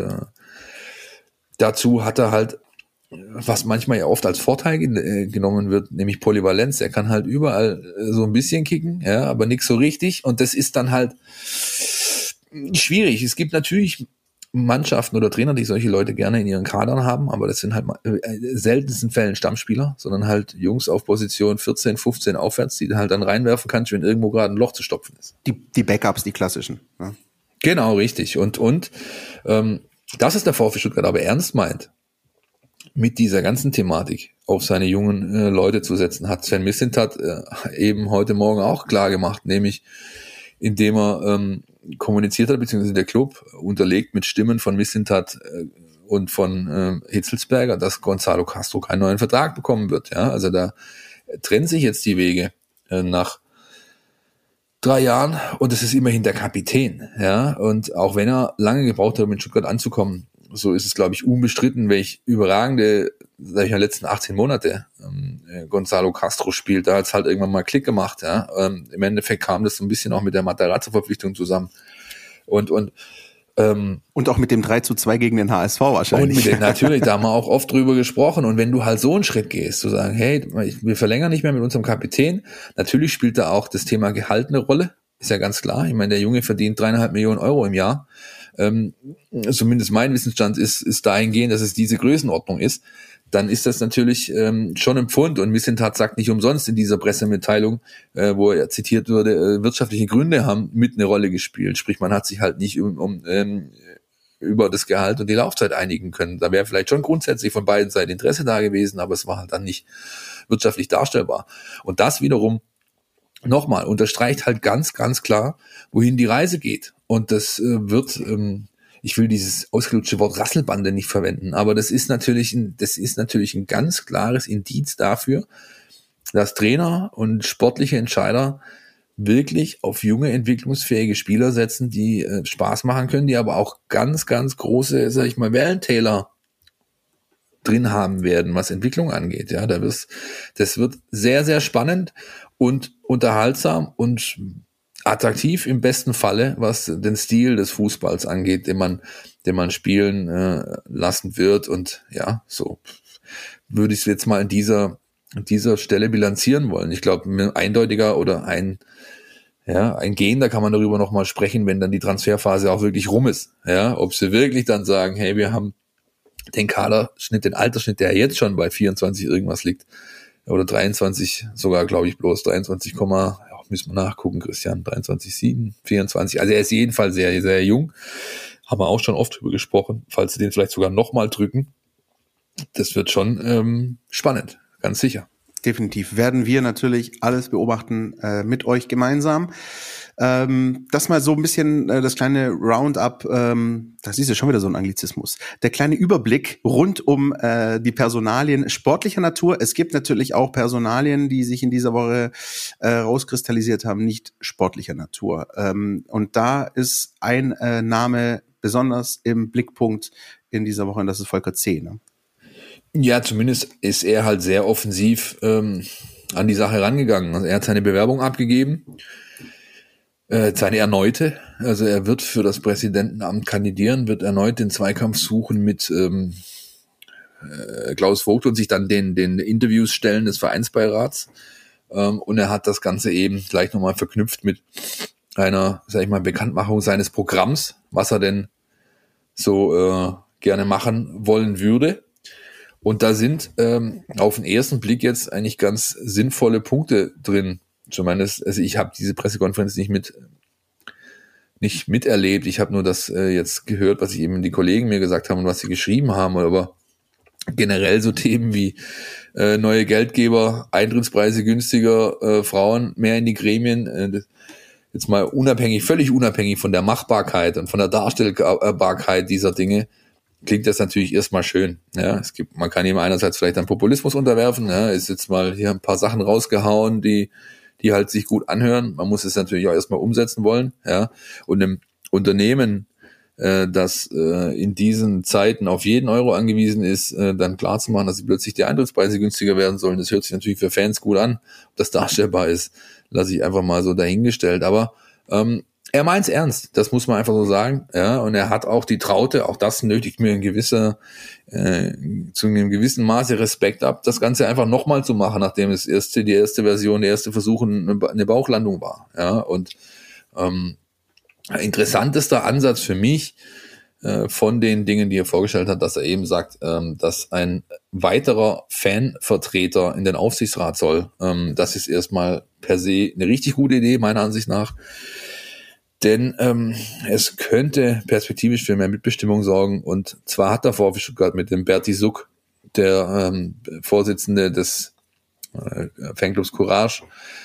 dazu hat er halt, was manchmal ja oft als Vorteil genommen wird, nämlich Polyvalenz. Er kann halt überall so ein bisschen kicken, ja, aber nichts so richtig und das ist dann halt schwierig. Es gibt natürlich Mannschaften oder Trainer, die solche Leute gerne in ihren Kadern haben, aber das sind halt seltensten Fällen Stammspieler, sondern halt Jungs auf Position 14, 15 aufwärts, die du halt dann reinwerfen kannst, wenn irgendwo gerade ein Loch zu stopfen ist. Die Backups, die klassischen. Ja. Genau, richtig. Und dass es der VfB Stuttgart aber ernst meint, mit dieser ganzen Thematik auf seine jungen Leute zu setzen, hat Sven Mislintat eben heute Morgen auch klar gemacht, nämlich indem er kommuniziert hat, beziehungsweise der Club unterlegt mit Stimmen von Mislintat und von Hitzelsberger, dass Gonzalo Castro keinen neuen Vertrag bekommen wird. Ja, also da trennen sich jetzt die Wege nach 3 Jahren und es ist immerhin der Kapitän. Ja, und auch wenn er lange gebraucht hat, um in Stuttgart anzukommen, so ist es, glaube ich, unbestritten, welch überragende, sag ich mal, letzten 18 Monate Gonzalo Castro spielt. Da hat es halt irgendwann mal Klick gemacht. Ja. Im Endeffekt kam das so ein bisschen auch mit der Matarazzo-Verpflichtung zusammen. Und auch mit dem 3:2 gegen den HSV wahrscheinlich. Und natürlich, da haben wir auch oft drüber gesprochen. Und wenn du halt so einen Schritt gehst, zu sagen, hey, wir verlängern nicht mehr mit unserem Kapitän, natürlich spielt da auch das Thema Gehalt eine Rolle. Ist ja ganz klar. Ich meine, der Junge verdient 3,5 Millionen Euro im Jahr. Zumindest mein Wissensstand ist dahingehend, dass es diese Größenordnung ist, dann ist das natürlich schon ein Pfund. Und Mislintat sagt nicht umsonst in dieser Pressemitteilung, wo er zitiert wurde, wirtschaftliche Gründe haben mit eine Rolle gespielt. Sprich, man hat sich halt nicht über das Gehalt und die Laufzeit einigen können. Da wäre vielleicht schon grundsätzlich von beiden Seiten Interesse da gewesen, aber es war halt dann nicht wirtschaftlich darstellbar. Und das wiederum nochmal unterstreicht halt ganz, ganz klar, wohin die Reise geht. Und das wird, ich will dieses ausgelutschte Wort Rasselbande nicht verwenden, aber das ist natürlich ein ganz klares Indiz dafür, dass Trainer und sportliche Entscheider wirklich auf junge, entwicklungsfähige Spieler setzen, die Spaß machen können, die aber auch ganz, ganz große, sag ich mal, Wellentäler drin haben werden, was Entwicklung angeht. Ja, das wird sehr, sehr spannend und unterhaltsam und attraktiv im besten Falle, was den Stil des Fußballs angeht, den man spielen lassen wird. Und ja, so würde ich es jetzt mal an dieser Stelle bilanzieren wollen. Ich glaube, eindeutiger oder ein Gehen, da kann man darüber nochmal sprechen, wenn dann die Transferphase auch wirklich rum ist. Ja, ob sie wirklich dann sagen, hey, wir haben den Kaderschnitt, den Altersschnitt, der jetzt schon bei 24 irgendwas liegt, oder 23 sogar, glaube ich, bloß 23, müssen wir nachgucken, Christian, 23,7, 24, also er ist jedenfalls sehr, sehr jung, haben wir auch schon oft drüber gesprochen, falls sie den vielleicht sogar nochmal drücken, das wird schon spannend, ganz sicher. Definitiv werden wir natürlich alles beobachten mit euch gemeinsam. Das mal so ein bisschen das kleine Roundup, das ist ja schon wieder so ein Anglizismus, der kleine Überblick rund um die Personalien sportlicher Natur. Es gibt natürlich auch Personalien, die sich in dieser Woche rauskristallisiert haben, nicht sportlicher Natur. Und da ist ein Name besonders im Blickpunkt in dieser Woche und das ist Volker C. Ne? Ja, zumindest ist er halt sehr offensiv an die Sache rangegangen. Also er hat seine Bewerbung abgegeben, seine erneute, also er wird für das Präsidentenamt kandidieren, wird erneut den Zweikampf suchen mit Klaus Vogt und sich dann den Interviews stellen des Vereinsbeirats. Und er hat das Ganze eben gleich nochmal verknüpft mit einer, sag ich mal, Bekanntmachung seines Programms, was er denn so gerne machen wollen würde. Und da sind auf den ersten Blick jetzt eigentlich ganz sinnvolle Punkte drin. Zumindest, also ich habe diese Pressekonferenz nicht miterlebt. Ich habe nur das jetzt gehört, was eben die Kollegen mir gesagt haben und was sie geschrieben haben. Aber generell so Themen wie neue Geldgeber, Eintrittspreise günstiger, Frauen mehr in die Gremien, jetzt mal völlig unabhängig von der Machbarkeit und von der Darstellbarkeit dieser Dinge, klingt das natürlich erstmal schön. Ja, man kann ihm einerseits vielleicht einen Populismus unterwerfen, ja, ist jetzt mal hier ein paar Sachen rausgehauen, die halt sich gut anhören. Man muss es natürlich auch erstmal umsetzen wollen, ja. Und einem Unternehmen, das in diesen Zeiten auf jeden Euro angewiesen ist, dann klar zu machen, dass plötzlich die Eintrittspreise günstiger werden sollen. Das hört sich natürlich für Fans gut an. Ob das darstellbar ist, lasse ich einfach mal so dahingestellt. Aber er meint's ernst, das muss man einfach so sagen. Ja, und er hat auch die Traute, auch das nötigt mir zu einem gewissen Maße Respekt ab, das Ganze einfach nochmal zu machen, nachdem die erste Version, der erste Versuch eine Bauchlandung war. Ja, und interessantester Ansatz für mich von den Dingen, die er vorgestellt hat, dass er eben sagt, dass ein weiterer Fanvertreter in den Aufsichtsrat soll. Das ist erstmal per se eine richtig gute Idee, meiner Ansicht nach. Denn es könnte perspektivisch für mehr Mitbestimmung sorgen. Und zwar hat der VfB Stuttgart mit dem Berti Suck, der Vorsitzende des Fanclubs Courage,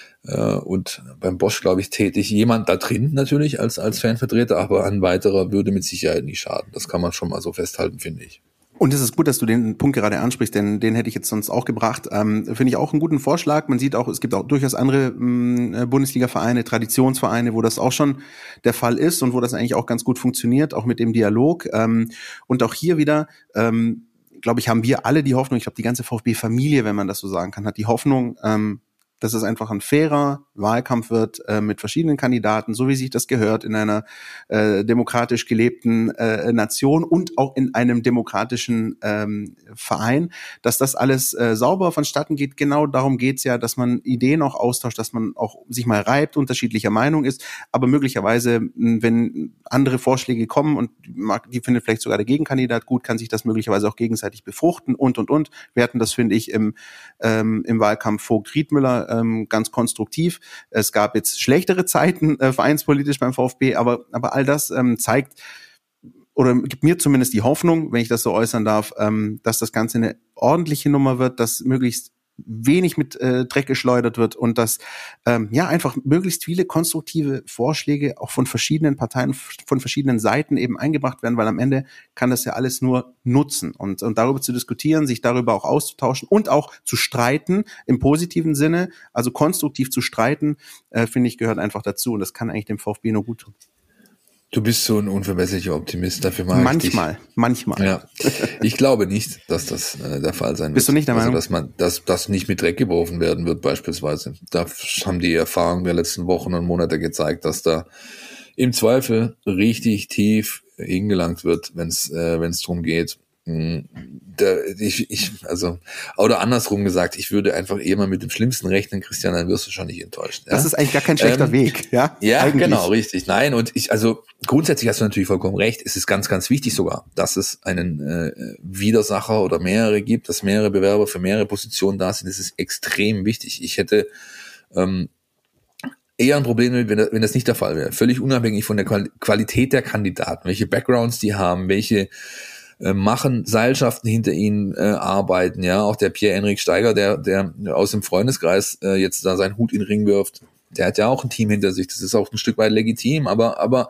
und beim Bosch, glaube ich, tätig, jemand da drin natürlich als Fanvertreter, aber ein weiterer würde mit Sicherheit nicht schaden. Das kann man schon mal so festhalten, finde ich. Und es ist gut, dass du den Punkt gerade ansprichst, denn den hätte ich jetzt sonst auch gebracht. Finde ich auch einen guten Vorschlag. Man sieht auch, es gibt auch durchaus andere Bundesliga-Vereine, Traditionsvereine, wo das auch schon der Fall ist und wo das eigentlich auch ganz gut funktioniert, auch mit dem Dialog. Und auch hier wieder, glaube ich, haben wir alle die Hoffnung, ich glaube, die ganze VfB-Familie, wenn man das so sagen kann, hat die Hoffnung, dass es einfach ein fairer Wahlkampf wird mit verschiedenen Kandidaten, so wie sich das gehört in einer demokratisch gelebten Nation und auch in einem demokratischen Verein, dass das alles sauber vonstatten geht. Genau darum geht's ja, dass man Ideen auch austauscht, dass man auch sich mal reibt, unterschiedlicher Meinung ist, aber möglicherweise, wenn andere Vorschläge kommen und die findet vielleicht sogar der Gegenkandidat gut, kann sich das möglicherweise auch gegenseitig befruchten und. Wir hatten das, finde ich, im Wahlkampf Vogt-Riedmüller ganz konstruktiv. Es gab jetzt schlechtere Zeiten vereinspolitisch beim VfB, aber all das zeigt oder gibt mir zumindest die Hoffnung, wenn ich das so äußern darf, dass das Ganze eine ordentliche Nummer wird, dass möglichst wenig mit Dreck geschleudert wird und dass einfach möglichst viele konstruktive Vorschläge auch von verschiedenen Parteien, von verschiedenen Seiten eben eingebracht werden, weil am Ende kann das ja alles nur nutzen und darüber zu diskutieren, sich darüber auch auszutauschen und auch zu streiten im positiven Sinne, also konstruktiv zu streiten, finde ich, gehört einfach dazu und das kann eigentlich dem VfB nur gut tun. Du bist so ein unverbesserlicher Optimist, dafür mag ich dich. Manchmal. Ja. Ich glaube nicht, dass das der Fall sein wird. Bist du nicht der Meinung? Also, dass das nicht mit Dreck geworfen werden wird beispielsweise. Da haben die Erfahrungen der letzten Wochen und Monate gezeigt, dass da im Zweifel richtig tief hingelangt wird, wenn es darum geht. Oder andersrum gesagt, ich würde einfach eher mal mit dem Schlimmsten rechnen, Christian, dann wirst du schon nicht enttäuscht. Ja? Das ist eigentlich gar kein schlechter Weg, ja? Ja, eigentlich. Genau, richtig. Nein, und grundsätzlich hast du natürlich vollkommen recht. Es ist ganz, ganz wichtig sogar, dass es einen Widersacher oder mehrere gibt, dass mehrere Bewerber für mehrere Positionen da sind. Das ist extrem wichtig. Ich hätte eher ein Problem mit, wenn das nicht der Fall wäre. Völlig unabhängig von der Qualität der Kandidaten, welche Backgrounds die haben, welche Seilschaften hinter ihnen arbeiten, ja, auch der Pierre-Henrik Steiger, der aus dem Freundeskreis jetzt da seinen Hut in den Ring wirft, der hat ja auch ein Team hinter sich, das ist auch ein Stück weit legitim, aber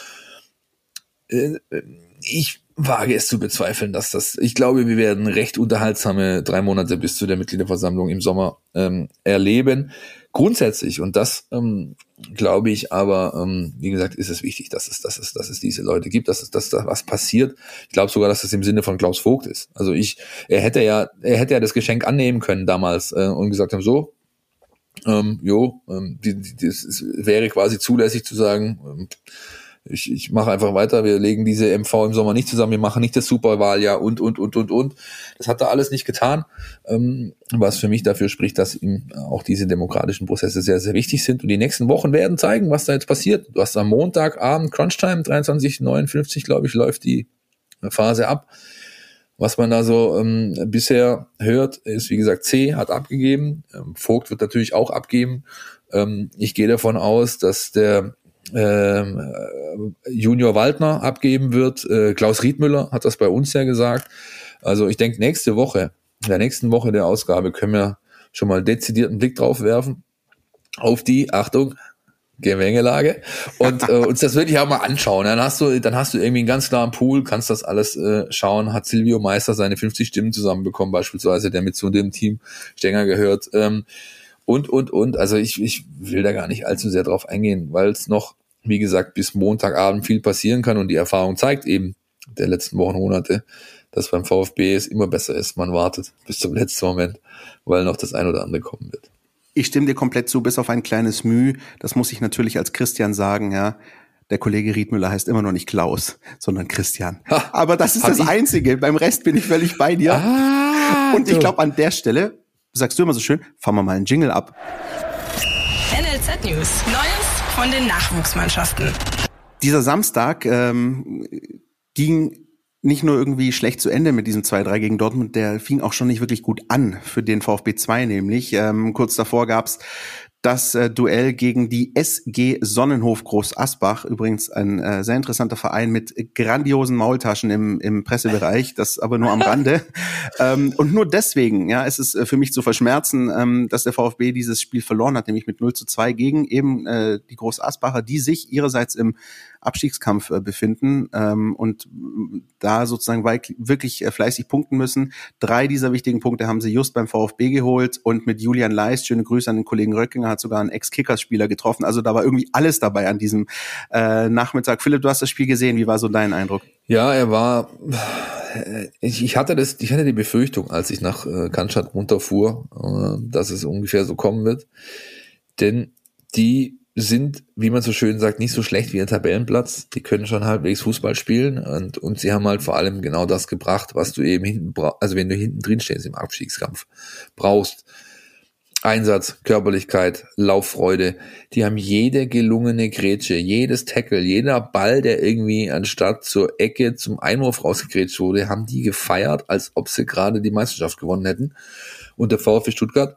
ich wage es zu bezweifeln, ich glaube, wir werden recht unterhaltsame 3 Monate bis zu der Mitgliederversammlung im Sommer erleben. Grundsätzlich, und das glaube ich aber, wie gesagt, ist es wichtig, dass es diese Leute gibt, dass da was passiert. Ich glaube sogar, dass das im Sinne von Klaus Vogt ist. Also er hätte ja das Geschenk annehmen können damals und gesagt haben, so, das wäre quasi zulässig zu sagen, ich mache einfach weiter, wir legen diese MV im Sommer nicht zusammen, wir machen nicht das Superwahljahr und. Das hat er alles nicht getan, was für mich dafür spricht, dass ihm auch diese demokratischen Prozesse sehr, sehr wichtig sind. Und die nächsten Wochen werden zeigen, was da jetzt passiert. Du hast am Montagabend Crunchtime, 23:59, glaube ich, läuft die Phase ab. Was man da so bisher hört, ist, wie gesagt, C hat abgegeben, Vogt wird natürlich auch abgeben. Ich gehe davon aus, dass der Junior Waldner abgeben wird. Klaus Riedmüller hat das bei uns ja gesagt. Also ich denke, in der nächsten Woche der Ausgabe können wir schon mal dezidierten Blick drauf werfen auf die, Achtung, Gemengelage und uns das wirklich auch mal anschauen. Dann hast du irgendwie einen ganz klaren Pool, kannst das alles schauen. Hat Silvio Meister seine 50 Stimmen zusammenbekommen, beispielsweise, der mit zu dem Team Stenger gehört. Und. Also ich will da gar nicht allzu sehr drauf eingehen, weil es noch, wie gesagt, bis Montagabend viel passieren kann und die Erfahrung zeigt eben der letzten Wochen, Monate, dass beim VfB es immer besser ist. Man wartet bis zum letzten Moment, weil noch das ein oder andere kommen wird. Ich stimme dir komplett zu, bis auf ein kleines Mühe. Das muss ich natürlich als Christian sagen, ja. Der Kollege Riedmüller heißt immer noch nicht Klaus, sondern Christian. Aber das ist das Einzige. Beim Rest bin ich völlig bei dir. Und ich glaube, an der Stelle, sagst du immer so schön, fahren wir mal einen Jingle ab. NLZ News. Neues von den Nachwuchsmannschaften. Dieser Samstag ging nicht nur irgendwie schlecht zu Ende mit diesem 2-3 gegen Dortmund, der fing auch schon nicht wirklich gut an für den VfB 2 nämlich. Kurz davor gab's das Duell gegen die SG Sonnenhof Groß Asbach. Übrigens ein sehr interessanter Verein mit grandiosen Maultaschen im Pressebereich, das aber nur am Rande. Und nur deswegen, ja, es ist für mich zu verschmerzen, dass der VfB dieses Spiel verloren hat, nämlich mit 0:2 gegen eben die Groß Asbacher, die sich ihrerseits im Abstiegskampf befinden und da sozusagen wirklich fleißig punkten müssen. 3 dieser wichtigen Punkte haben sie just beim VfB geholt und mit Julian Leist, schöne Grüße an den Kollegen Röckinger, hat sogar einen Ex-Kickers-Spieler getroffen. Also da war irgendwie alles dabei an diesem Nachmittag. Philipp, du hast das Spiel gesehen. Wie war so dein Eindruck? Ja, ich hatte die Befürchtung, als ich nach Cannstatt runterfuhr, dass es ungefähr so kommen wird. Denn die sind, wie man so schön sagt, nicht so schlecht wie der Tabellenplatz. Die können schon halbwegs Fußball spielen und sie haben halt vor allem genau das gebracht, was du eben hinten brauchst, also wenn du hinten drin stehst im Abstiegskampf, brauchst. Einsatz, Körperlichkeit, Lauffreude. Die haben jede gelungene Grätsche, jedes Tackle, jeder Ball, der irgendwie anstatt zur Ecke zum Einwurf rausgegrätscht wurde, haben die gefeiert, als ob sie gerade die Meisterschaft gewonnen hätten. Und der VfB Stuttgart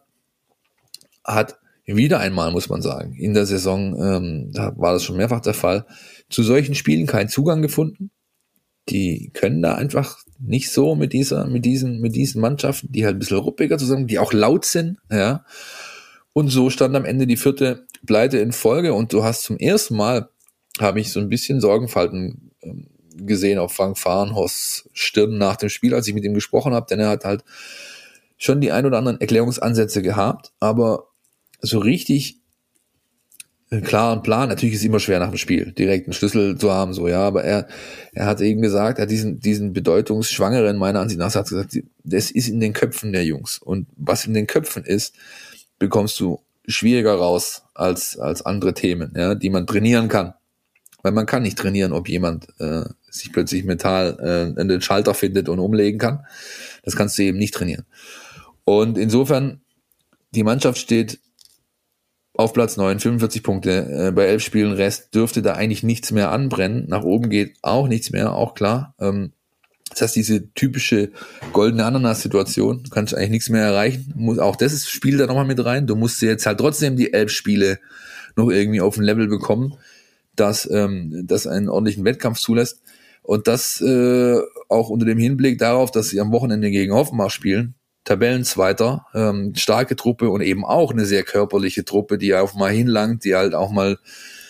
hat wieder einmal, muss man sagen, in der Saison, da war das schon mehrfach der Fall, zu solchen Spielen keinen Zugang gefunden. Die können da einfach nicht so mit diesen Mannschaften, die halt ein bisschen ruppiger zusammen, die auch laut sind, ja. Und so stand am Ende die 4. Pleite in Folge und du hast zum ersten Mal, habe ich so ein bisschen Sorgenfalten gesehen auf Frank Fahrenhorsts Stirn nach dem Spiel, als ich mit ihm gesprochen habe, denn er hat halt schon die ein oder anderen Erklärungsansätze gehabt, aber so richtig einen klaren Plan, natürlich ist es immer schwer nach dem Spiel, direkt einen Schlüssel zu haben, so, ja, aber er hat eben gesagt, er hat diesen bedeutungsschwangeren, meiner Ansicht nach, hat gesagt, das ist in den Köpfen der Jungs und was in den Köpfen ist, bekommst du schwieriger raus als andere Themen, ja, die man trainieren kann, weil man kann nicht trainieren, ob jemand sich plötzlich mental in den Schalter findet und umlegen kann, das kannst du eben nicht trainieren und insofern, die Mannschaft steht auf Platz 9, 45 Punkte, bei 11 Spielen Rest dürfte da eigentlich nichts mehr anbrennen. Nach oben geht auch nichts mehr, auch klar. Das heißt, diese typische goldene Ananas-Situation, du kannst eigentlich nichts mehr erreichen. Auch das spielt da nochmal mit rein. Du musst jetzt halt trotzdem die 11 Spiele noch irgendwie auf ein Level bekommen, das einen ordentlichen Wettkampf zulässt. Und das auch unter dem Hinblick darauf, dass sie am Wochenende gegen Hoffenheim spielen. Tabellenzweiter, starke Truppe und eben auch eine sehr körperliche Truppe, die auch mal hinlangt, die halt auch mal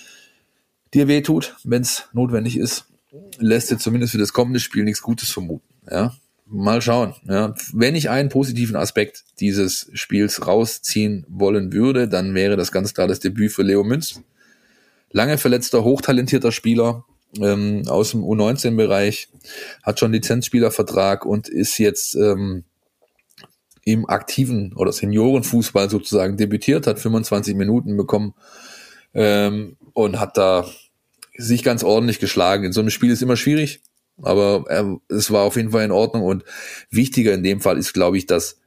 dir wehtut, wenn es notwendig ist, lässt dir zumindest für das kommende Spiel nichts Gutes vermuten. Ja, mal schauen. Ja, wenn ich einen positiven Aspekt dieses Spiels rausziehen wollen würde, dann wäre das ganz klar das Debüt für Leo Münz. Lange verletzter, hochtalentierter Spieler aus dem U19-Bereich, hat schon Lizenzspielervertrag und ist jetzt im aktiven oder Seniorenfußball sozusagen debütiert, hat 25 Minuten bekommen und hat da sich ganz ordentlich geschlagen. In so einem Spiel ist immer schwierig, aber es war auf jeden Fall in Ordnung. Und wichtiger in dem Fall ist, glaube ich, das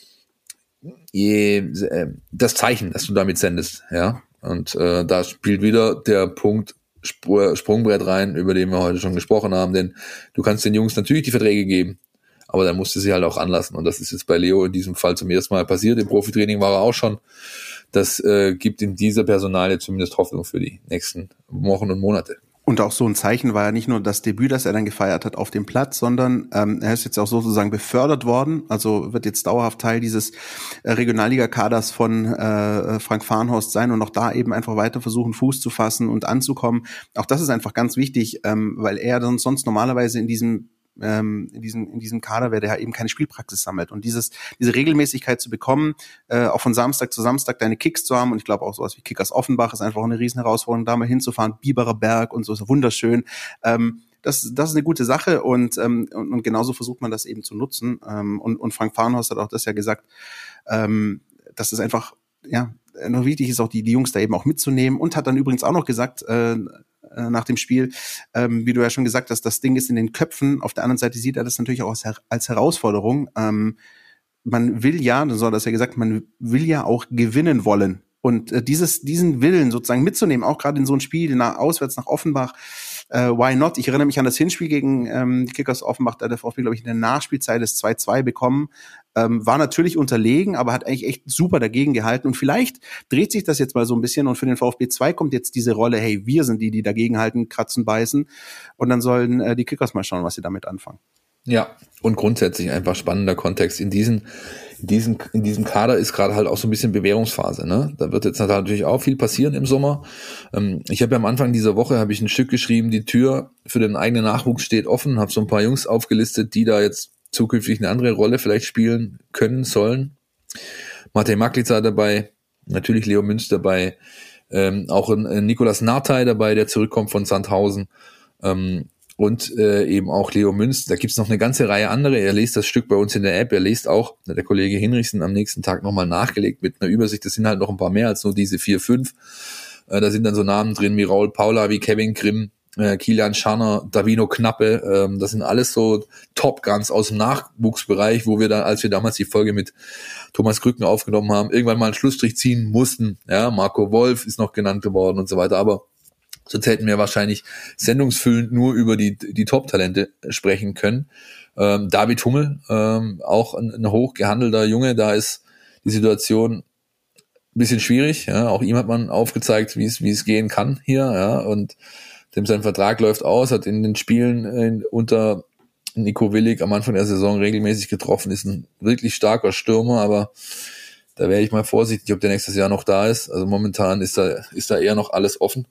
Zeichen, das du damit sendest. Ja, und da spielt wieder der Punkt Sprungbrett rein, über den wir heute schon gesprochen haben. Denn du kannst den Jungs natürlich die Verträge geben, aber dann musst du sie halt auch anlassen. Und das ist jetzt bei Leo in diesem Fall zum ersten Mal passiert. Im Profitraining war er auch schon. Das gibt in dieser Personalie zumindest Hoffnung für die nächsten Wochen und Monate. Und auch so ein Zeichen war ja nicht nur das Debüt, das er dann gefeiert hat auf dem Platz, sondern er ist jetzt auch sozusagen befördert worden, also wird jetzt dauerhaft Teil dieses Regionalliga-Kaders von Frank Farnhorst sein und auch da eben einfach weiter versuchen, Fuß zu fassen und anzukommen. Auch das ist einfach ganz wichtig, weil er dann sonst normalerweise in diesem Kader wäre, der eben keine Spielpraxis sammelt. Und diese Regelmäßigkeit zu bekommen, auch von Samstag zu Samstag deine Kicks zu haben, und ich glaube auch sowas wie Kickers Offenbach ist einfach eine riesen Herausforderung, da mal hinzufahren, Biberer Berg und so, ist wunderschön. Das ist eine gute Sache und genauso versucht man das eben zu nutzen. Und Frank Farnhorst hat auch das ja gesagt, dass es einfach, ja, noch wichtig ist, auch die Jungs da eben auch mitzunehmen, und hat dann übrigens auch noch gesagt, nach dem Spiel, wie du ja schon gesagt hast, das Ding ist in den Köpfen. Auf der anderen Seite sieht er das natürlich auch als Herausforderung. Man will ja, so hat er das ja gesagt, man will ja auch gewinnen wollen. Und diesen Willen sozusagen mitzunehmen, auch gerade in so ein Spiel auswärts nach Offenbach, why not? Ich erinnere mich an das Hinspiel gegen die Kickers Offenbach, da der VfB, glaube ich, in der Nachspielzeit das 2-2 bekommen. War natürlich unterlegen, aber hat eigentlich echt super dagegen gehalten. Und vielleicht dreht sich das jetzt mal so ein bisschen, und für den VfB 2 kommt jetzt diese Rolle, hey, wir sind die dagegen halten, kratzen, beißen. Und dann sollen die Kickers mal schauen, was sie damit anfangen. Ja, und grundsätzlich einfach spannender Kontext. In diesem Kader ist gerade halt auch so ein bisschen Bewährungsphase, ne? Da wird jetzt natürlich auch viel passieren im Sommer. Ich habe ja am Anfang dieser Woche ein Stück geschrieben, die Tür für den eigenen Nachwuchs steht offen, habe so ein paar Jungs aufgelistet, die da jetzt zukünftig eine andere Rolle vielleicht spielen können, sollen. Matej Maklica dabei, natürlich Leo Münz dabei, auch ein Nikolas Nartey dabei, der zurückkommt von Sandhausen, und eben auch Leo Münz. Da gibt's noch eine ganze Reihe andere. Er liest das Stück bei uns in der App. Er liest auch, der Kollege Hinrichsen, am nächsten Tag nochmal nachgelegt mit einer Übersicht. Das sind halt noch ein paar mehr als nur diese 4, 5. Da sind dann so Namen drin wie Raul Paula, wie Kevin Grimm, Kilian Scharner, Davino Knappe. Das sind alles so Top Guns aus dem Nachwuchsbereich, wo wir dann, als wir damals die Folge mit Thomas Krücken aufgenommen haben, irgendwann mal einen Schlussstrich ziehen mussten. Ja, Marco Wolf ist noch genannt geworden und so weiter. Aber sonst hätten wir wahrscheinlich sendungsfüllend nur über die Top-Talente sprechen können. David Hummel, auch ein hoch gehandelter Junge, da ist die Situation ein bisschen schwierig. Ja. Auch ihm hat man aufgezeigt, wie es gehen kann hier. Ja. Und dem sein Vertrag läuft aus, hat in den Spielen unter Nico Willig am Anfang der Saison regelmäßig getroffen, ist ein wirklich starker Stürmer, aber da wäre ich mal vorsichtig, ob der nächstes Jahr noch da ist. Also momentan ist da eher noch alles offen.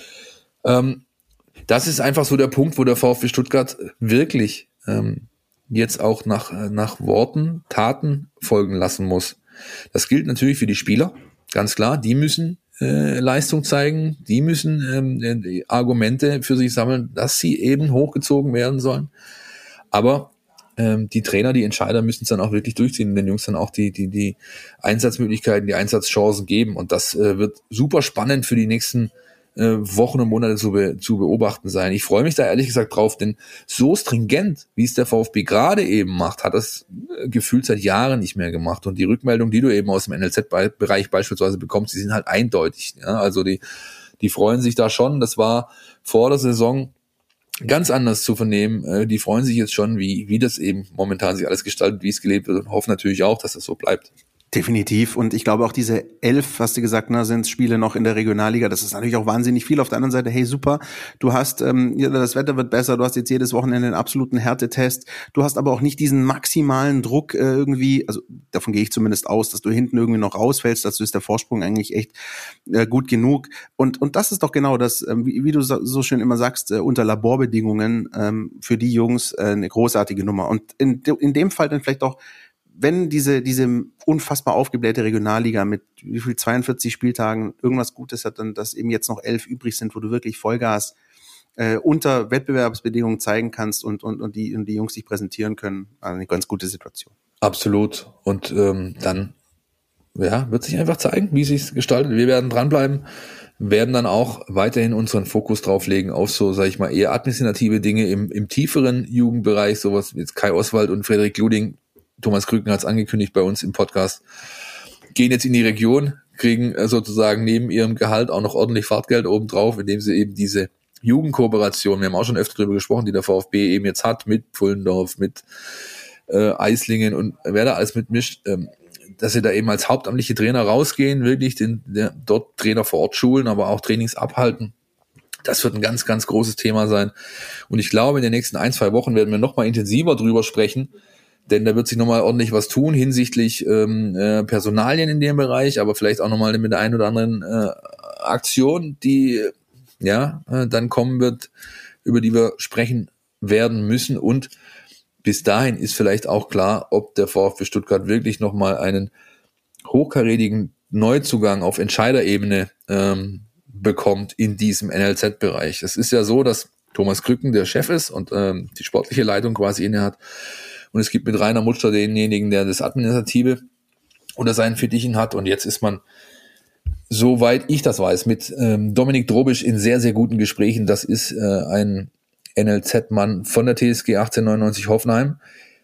Das ist einfach so der Punkt, wo der VfB Stuttgart wirklich jetzt auch nach Worten, Taten folgen lassen muss. Das gilt natürlich für die Spieler, ganz klar. Die müssen Leistung zeigen, die müssen Argumente für sich sammeln, dass sie eben hochgezogen werden sollen. Aber die Trainer, die Entscheider müssen es dann auch wirklich durchziehen und den Jungs dann auch die Einsatzmöglichkeiten, die Einsatzchancen geben. Und das wird super spannend für die nächsten Wochen und Monate zu beobachten sein. Ich freue mich da ehrlich gesagt drauf, denn so stringent, wie es der VfB gerade eben macht, hat das gefühlt seit Jahren nicht mehr gemacht. Und die Rückmeldungen, die du eben aus dem NLZ-Bereich beispielsweise bekommst, die sind halt eindeutig. Ja? Also die freuen sich da schon. Das war vor der Saison ganz anders zu vernehmen. Die freuen sich jetzt schon, wie das eben momentan sich alles gestaltet, wie es gelebt wird, und hoffen natürlich auch, dass das so bleibt. Definitiv. Und ich glaube auch diese 11, hast du gesagt, sind Spiele noch in der Regionalliga. Das ist natürlich auch wahnsinnig viel. Auf der anderen Seite, hey, super. Du hast, das Wetter wird besser. Du hast jetzt jedes Wochenende einen absoluten Härtetest. Du hast aber auch nicht diesen maximalen Druck irgendwie. Also davon gehe ich zumindest aus, dass du hinten irgendwie noch rausfällst. Dazu ist der Vorsprung eigentlich echt gut genug. Und das ist doch genau das, wie du so schön immer sagst, unter Laborbedingungen für die Jungs eine großartige Nummer. Und in dem Fall dann vielleicht auch, wenn diese unfassbar aufgeblähte Regionalliga mit wie viel 42 Spieltagen irgendwas Gutes hat, dann dass eben jetzt noch 11 übrig sind, wo du wirklich Vollgas unter Wettbewerbsbedingungen zeigen kannst und die Jungs sich präsentieren können, also eine ganz gute Situation. Absolut. Und dann wird sich einfach zeigen, wie sich gestaltet. Wir werden dranbleiben, werden dann auch weiterhin unseren Fokus drauf legen auf so, sag ich mal, eher administrative Dinge im tieferen Jugendbereich, sowas wie jetzt Kai Oswald und Frederik Luding. Thomas Krücken hat es angekündigt bei uns im Podcast, gehen jetzt in die Region, kriegen sozusagen neben ihrem Gehalt auch noch ordentlich Fahrtgeld obendrauf, indem sie eben diese Jugendkooperation, wir haben auch schon öfter darüber gesprochen, die der VfB eben jetzt hat mit Pfullendorf, mit Eislingen und wer da alles mitmischt, dass sie da eben als hauptamtliche Trainer rausgehen, wirklich dort Trainer vor Ort schulen, aber auch Trainings abhalten. Das wird ein ganz, ganz großes Thema sein. Und ich glaube, in den nächsten 1-2 Wochen werden wir nochmal intensiver drüber sprechen, denn da wird sich nochmal ordentlich was tun hinsichtlich Personalien in dem Bereich, aber vielleicht auch nochmal mit der einen oder anderen Aktion, die dann kommen wird, über die wir sprechen werden müssen. Und bis dahin ist vielleicht auch klar, ob der VfB Stuttgart wirklich nochmal einen hochkarätigen Neuzugang auf Entscheiderebene bekommt in diesem NLZ-Bereich. Es ist ja so, dass Thomas Krücken der Chef ist und die sportliche Leitung quasi inne hat. Und es gibt mit Rainer Mutscher denjenigen, der das Administrative unter seinen Fittichen hat. Und jetzt ist man, soweit ich das weiß, mit Dominik Drobisch in sehr, sehr guten Gesprächen. Das ist ein NLZ-Mann von der TSG 1899 Hoffenheim,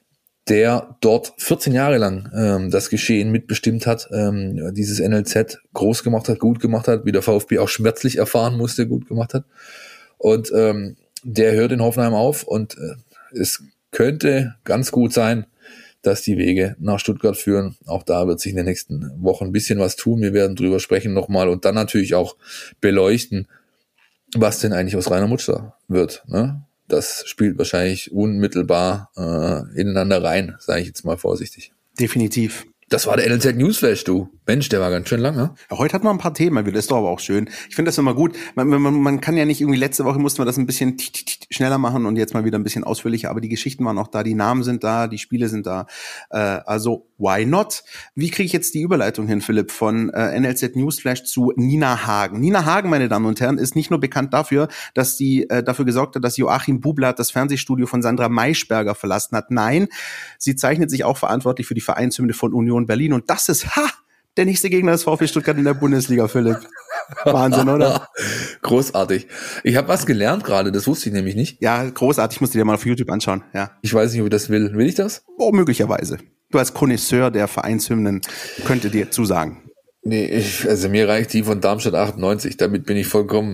der dort 14 Jahre lang das Geschehen mitbestimmt hat, dieses NLZ groß gemacht hat, gut gemacht hat, wie der VfB auch schmerzlich erfahren musste, gut gemacht hat. Und der hört in Hoffenheim auf und es könnte ganz gut sein, dass die Wege nach Stuttgart führen. Auch da wird sich in den nächsten Wochen ein bisschen was tun. Wir werden drüber sprechen nochmal und dann natürlich auch beleuchten, was denn eigentlich aus Rainer Mutscher wird. Ne? Das spielt wahrscheinlich unmittelbar ineinander rein, sage ich jetzt mal vorsichtig. Definitiv. Das war der NLZ Newsflash, du. Mensch, der war ganz schön lang, ne? Ja, heute hat man ein paar Themen, das ist doch aber auch schön. Ich finde das immer gut. Man kann ja nicht irgendwie, letzte Woche mussten wir das ein bisschen schneller machen und jetzt mal wieder ein bisschen ausführlicher, aber die Geschichten waren auch da, die Namen sind da, die Spiele sind da. Also, why not? Wie kriege ich jetzt die Überleitung hin, Philipp, von NLZ Newsflash zu Nina Hagen? Nina Hagen, meine Damen und Herren, ist nicht nur bekannt dafür, dass sie dafür gesorgt hat, dass Joachim Bublatt das Fernsehstudio von Sandra Maischberger verlassen hat. Nein, sie zeichnet sich auch verantwortlich für die Vereinshymne von Union Berlin und das ist, der nächste Gegner des VfB Stuttgart in der Bundesliga, Philipp. Wahnsinn, oder? Großartig. Ich habe was gelernt gerade, das wusste ich nämlich nicht. Ja, großartig, musst du dir mal auf YouTube anschauen. Ja. Ich weiß nicht, ob ich das will. Will ich das? Oh, möglicherweise. Du als Connoisseur der Vereinshymnen könnte dir zusagen. Nee, also mir reicht die von Darmstadt 98, damit bin ich vollkommen,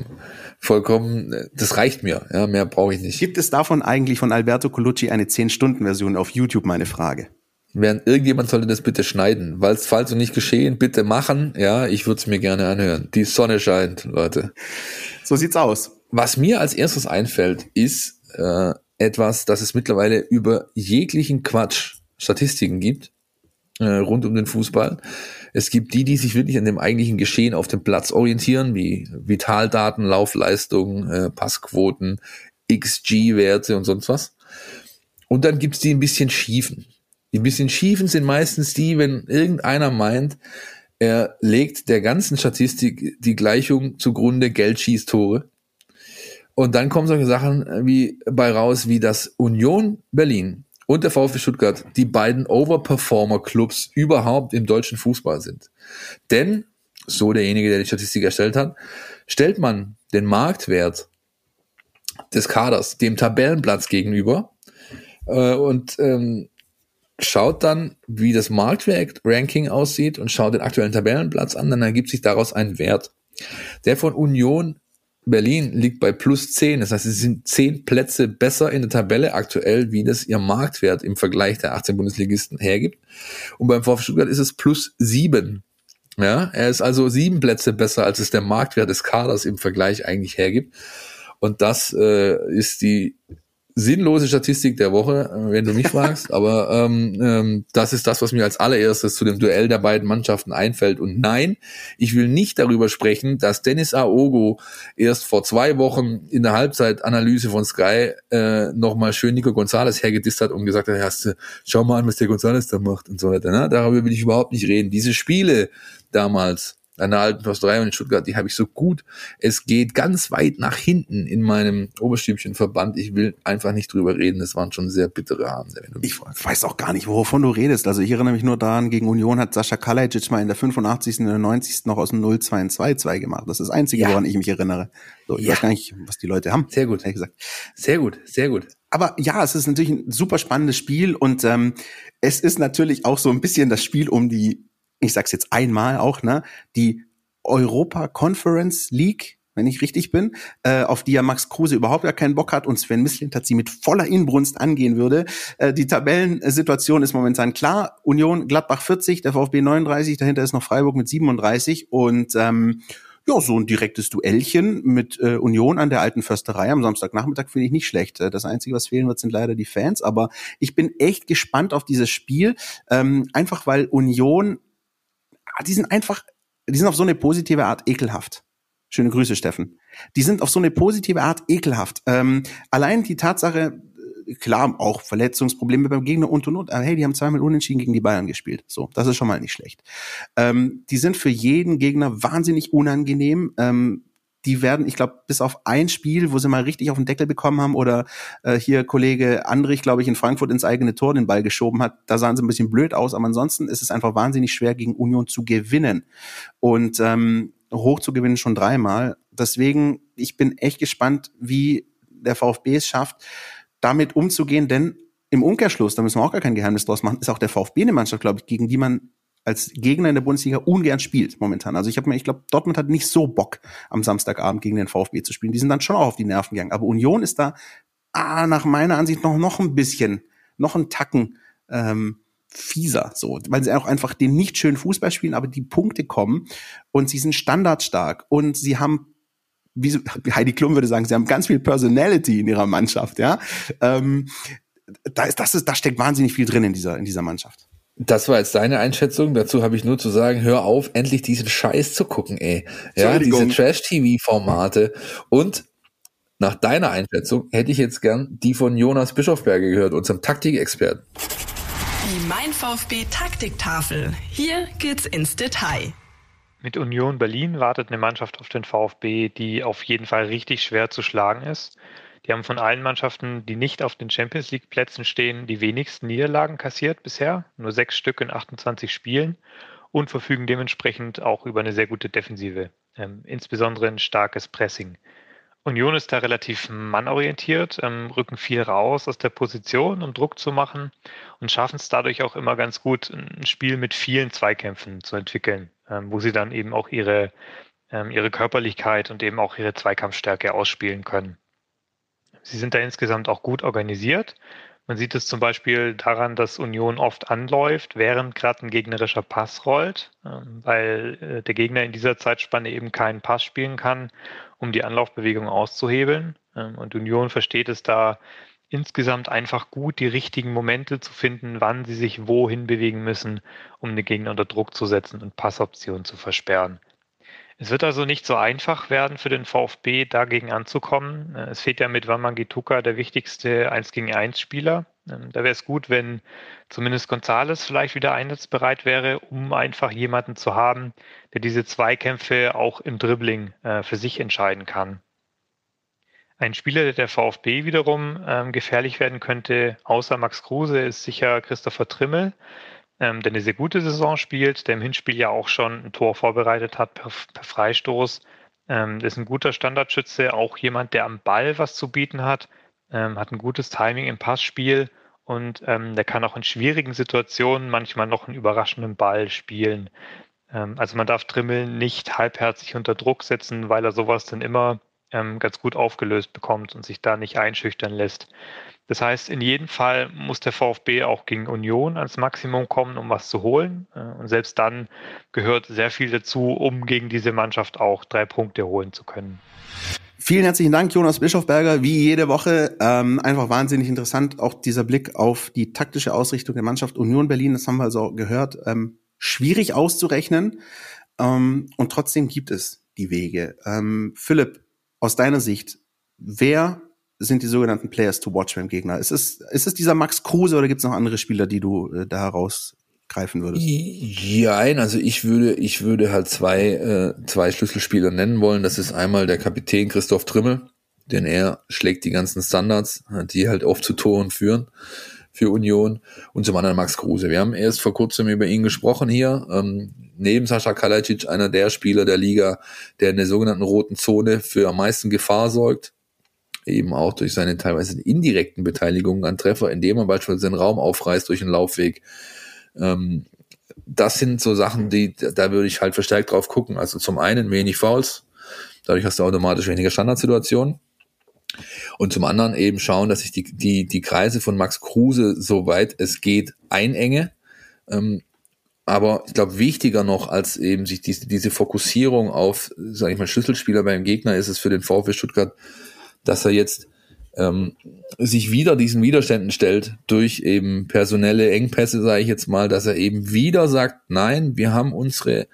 das reicht mir, ja, mehr brauche ich nicht. Gibt es davon eigentlich von Alberto Colucci eine 10-Stunden-Version auf YouTube, meine Frage? Irgendjemand sollte das bitte schneiden, falls so nicht geschehen, bitte machen, ja, ich würde es mir gerne anhören. Die Sonne scheint, Leute. So sieht's aus. Was mir als erstes einfällt, ist etwas, dass es mittlerweile über jeglichen Quatsch Statistiken gibt, rund um den Fußball. Es gibt die sich wirklich an dem eigentlichen Geschehen auf dem Platz orientieren, wie Vitaldaten, Laufleistungen, Passquoten, XG-Werte und sonst was. Und dann gibt's die ein bisschen schiefen. Die ein bisschen schiefen sind meistens die, wenn irgendeiner meint, er legt der ganzen Statistik die Gleichung zugrunde, Geld schießt Tore. Und dann kommen solche Sachen wie bei raus, wie das Union Berlin und der VfB Stuttgart die beiden Overperformer-Clubs überhaupt im deutschen Fußball sind. Denn, so derjenige, der die Statistik erstellt hat, stellt man den Marktwert des Kaders dem Tabellenplatz gegenüber und schaut dann, wie das Marktwert-Ranking aussieht und schaut den aktuellen Tabellenplatz an, dann ergibt sich daraus ein Wert. Der von Union Berlin liegt bei +10, das heißt, sie sind 10 Plätze besser in der Tabelle aktuell, wie das ihr Marktwert im Vergleich der 18 Bundesligisten hergibt. Und beim VfB Stuttgart ist es +7. Ja, er ist also 7 Plätze besser, als es der Marktwert des Kaders im Vergleich eigentlich hergibt. Und das ist die sinnlose Statistik der Woche, wenn du mich fragst, aber das ist das, was mir als allererstes zu dem Duell der beiden Mannschaften einfällt. Und nein, ich will nicht darüber sprechen, dass Dennis Aogo erst vor 2 Wochen in der Halbzeitanalyse von Sky nochmal schön Nico González hergedisst hat und gesagt hat, schau mal an, was der González da macht und so weiter. Ne? Darüber will ich überhaupt nicht reden. Diese Spiele damals an der Alten Försterei und in Stuttgart, die habe ich so gut. Es geht ganz weit nach hinten in meinem Oberstübchenverband. Ich will einfach nicht drüber reden. Das waren schon sehr bittere Abende, wenn du mich fragst. Ich weiß auch gar nicht, wovon du redest. Also ich erinnere mich nur daran, gegen Union hat Sascha Kalajdzic mal in der 85. und der 90. noch aus dem 0-2 2-2 gemacht. Das ist das Einzige, woran ich mich erinnere. So, ich weiß gar nicht, was die Leute haben. Sehr gut. Gesagt. Sehr gut, sehr gut. Aber ja, es ist natürlich ein super spannendes Spiel und es ist natürlich auch so ein bisschen das Spiel um die, ich sag's jetzt einmal auch, ne, die Europa Conference League, wenn ich richtig bin, auf die ja Max Kruse überhaupt gar keinen Bock hat und Sven Mislintat sie mit voller Inbrunst angehen würde. Die Tabellensituation ist momentan klar. Union Gladbach 40, der VfB 39, dahinter ist noch Freiburg mit 37 und ja, so ein direktes Duellchen mit Union an der Alten Försterei am Samstagnachmittag finde ich nicht schlecht. Das Einzige, was fehlen wird, sind leider die Fans. Aber ich bin echt gespannt auf dieses Spiel, einfach weil Union, die sind auf so eine positive Art ekelhaft. Schöne Grüße, Steffen. Die sind auf so eine positive Art ekelhaft. Allein die Tatsache, klar, auch Verletzungsprobleme beim Gegner und. Aber hey, die haben 2-mal unentschieden gegen die Bayern gespielt. So, das ist schon mal nicht schlecht. Die sind für jeden Gegner wahnsinnig unangenehm. Die werden, ich glaube, bis auf ein Spiel, wo sie mal richtig auf den Deckel bekommen haben oder hier Kollege Andrich, glaube ich, in Frankfurt ins eigene Tor den Ball geschoben hat, da sahen sie ein bisschen blöd aus. Aber ansonsten ist es einfach wahnsinnig schwer, gegen Union zu gewinnen. Und hoch zu gewinnen schon 3-mal. Deswegen, ich bin echt gespannt, wie der VfB es schafft, damit umzugehen, denn im Umkehrschluss, da müssen wir auch gar kein Geheimnis draus machen, ist auch der VfB eine Mannschaft, glaube ich, gegen die man als Gegner in der Bundesliga ungern spielt momentan. Also ich glaube, Dortmund hat nicht so Bock, am Samstagabend gegen den VfB zu spielen. Die sind dann schon auch auf die Nerven gegangen. Aber Union ist da nach meiner Ansicht noch ein bisschen, noch einen Tacken fieser, so, weil sie auch einfach den nicht schönen Fußball spielen, aber die Punkte kommen und sie sind standardstark und sie haben, wie Heidi Klum würde sagen, sie haben ganz viel Personality in ihrer Mannschaft, ja. Da steckt wahnsinnig viel drin in dieser Mannschaft. Das war jetzt deine Einschätzung. Dazu habe ich nur zu sagen, hör auf, endlich diesen Scheiß zu gucken, ey. Ja, diese Trash-TV-Formate. Und nach deiner Einschätzung hätte ich jetzt gern die von Jonas Bischofberger gehört, unserem Taktikexperten. Die Mein VfB Taktiktafel. Hier geht's ins Detail. Mit Union Berlin wartet eine Mannschaft auf den VfB, die auf jeden Fall richtig schwer zu schlagen ist. Die haben von allen Mannschaften, die nicht auf den Champions-League-Plätzen stehen, die wenigsten Niederlagen kassiert bisher, nur 6 Stück in 28 Spielen und verfügen dementsprechend auch über eine sehr gute Defensive, insbesondere ein starkes Pressing. Union ist da relativ mannorientiert, rücken viel raus aus der Position, um Druck zu machen und schaffen es dadurch auch immer ganz gut, ein Spiel mit vielen Zweikämpfen zu entwickeln, wo sie dann eben auch ihre Körperlichkeit und eben auch ihre Zweikampfstärke ausspielen können. Sie sind da insgesamt auch gut organisiert. Man sieht es zum Beispiel daran, dass Union oft anläuft, während gerade ein gegnerischer Pass rollt, weil der Gegner in dieser Zeitspanne eben keinen Pass spielen kann, um die Anlaufbewegung auszuhebeln. Und Union versteht es da insgesamt einfach gut, die richtigen Momente zu finden, wann sie sich wohin bewegen müssen, um den Gegner unter Druck zu setzen und Passoptionen zu versperren. Es wird also nicht so einfach werden für den VfB, dagegen anzukommen. Es fehlt ja mit Wamangituka der wichtigste 1-gegen-1-Spieler. Da wäre es gut, wenn zumindest González vielleicht wieder einsatzbereit wäre, um einfach jemanden zu haben, der diese Zweikämpfe auch im Dribbling für sich entscheiden kann. Ein Spieler, der VfB wiederum gefährlich werden könnte, außer Max Kruse, ist sicher Christopher Trimmel, der eine sehr gute Saison spielt, der im Hinspiel ja auch schon ein Tor vorbereitet hat per Freistoß. Ist ein guter Standardschütze, auch jemand, der am Ball was zu bieten hat, hat ein gutes Timing im Passspiel und der kann auch in schwierigen Situationen manchmal noch einen überraschenden Ball spielen. Also man darf Trimmel nicht halbherzig unter Druck setzen, weil er sowas dann immer ganz gut aufgelöst bekommt und sich da nicht einschüchtern lässt. Das heißt, in jedem Fall muss der VfB auch gegen Union ans Maximum kommen, um was zu holen. Und selbst dann gehört sehr viel dazu, um gegen diese Mannschaft auch 3 Punkte holen zu können. Vielen herzlichen Dank, Jonas Bischofberger. Wie jede Woche einfach wahnsinnig interessant. Auch dieser Blick auf die taktische Ausrichtung der Mannschaft Union Berlin, das haben wir also gehört. Schwierig auszurechnen und trotzdem gibt es die Wege. Philipp, aus deiner Sicht, wer sind die sogenannten Players to watch beim Gegner? Ist es dieser Max Kruse oder gibt es noch andere Spieler, die du da herausgreifen greifen würdest? Ja, also ich würde halt zwei Schlüsselspieler nennen wollen. Das ist einmal der Kapitän Christoph Trimmel, denn er schlägt die ganzen Standards, die halt oft zu Toren führen für Union, und zum anderen Max Kruse. Wir haben erst vor kurzem über ihn gesprochen hier. Neben Sascha Kalajdzic einer der Spieler der Liga, der in der sogenannten roten Zone für am meisten Gefahr sorgt, eben auch durch seine teilweise indirekten Beteiligungen an Treffer, indem er beispielsweise den Raum aufreißt durch einen Laufweg. Das sind so Sachen, da würde ich halt verstärkt drauf gucken. Also zum einen wenig Fouls, dadurch hast du automatisch weniger Standardsituationen. Und zum anderen eben schauen, dass ich die Kreise von Max Kruse, soweit es geht, einenge. Aber ich glaube, wichtiger noch als eben sich diese Fokussierung auf, sage ich mal, Schlüsselspieler beim Gegner ist es für den VfB Stuttgart, dass er jetzt sich wieder diesen Widerständen stellt durch eben personelle Engpässe, sage ich jetzt mal, dass er eben wieder sagt, nein, wir haben unsere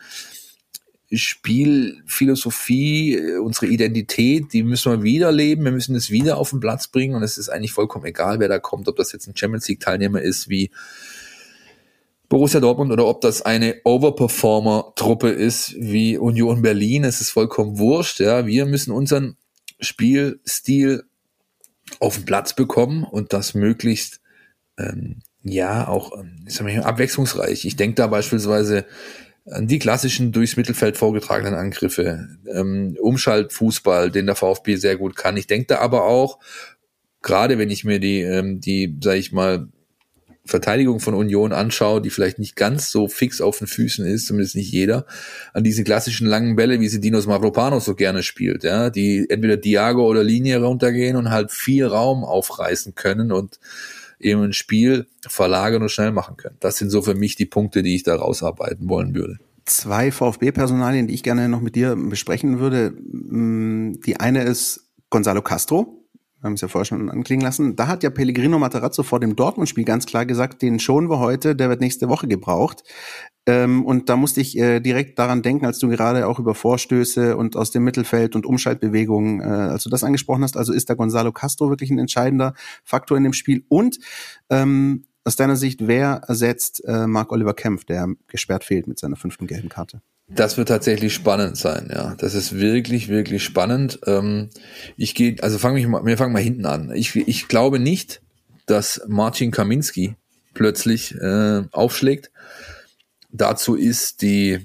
Spielphilosophie, unsere Identität, die müssen wir wieder leben, wir müssen es wieder auf den Platz bringen, und es ist eigentlich vollkommen egal, wer da kommt, ob das jetzt ein Champions-League-Teilnehmer ist wie Borussia Dortmund oder ob das eine Overperformer-Truppe ist wie Union Berlin, es ist vollkommen wurscht, ja, wir müssen unseren Spielstil auf den Platz bekommen und das möglichst auch abwechslungsreich. Ich denke da beispielsweise an die klassischen durchs Mittelfeld vorgetragenen Angriffe, Umschaltfußball, den der VfB sehr gut kann. Ich denke da aber auch, gerade wenn ich mir die sage ich mal, Verteidigung von Union anschaue, die vielleicht nicht ganz so fix auf den Füßen ist, zumindest nicht jeder, an diese klassischen langen Bälle, wie sie Dinos Mavropanos so gerne spielt, ja, die entweder Diago oder Linie runtergehen und halt viel Raum aufreißen können und eben ein Spiel verlagern und schnell machen können. Das sind so für mich die Punkte, die ich da rausarbeiten wollen würde. 2 VfB-Personalien, die ich gerne noch mit dir besprechen würde. Die eine ist Gonzalo Castro. Wir haben es ja vorher schon anklingen lassen. Da hat ja Pellegrino Matarazzo vor dem Dortmund-Spiel ganz klar gesagt, den schonen wir heute, der wird nächste Woche gebraucht. Und da musste ich direkt daran denken, als du gerade auch über Vorstöße und aus dem Mittelfeld und Umschaltbewegungen, als du das angesprochen hast, also ist da Gonzalo Castro wirklich ein entscheidender Faktor in dem Spiel? Und aus deiner Sicht, wer ersetzt Marc-Oliver Kempf, der gesperrt fehlt mit seiner 5. gelben Karte? Das wird tatsächlich spannend sein, ja. Das ist wirklich, wirklich spannend. Wir fangen mal hinten an. Ich glaube nicht, dass Marcin Kaminski plötzlich aufschlägt. Dazu ist er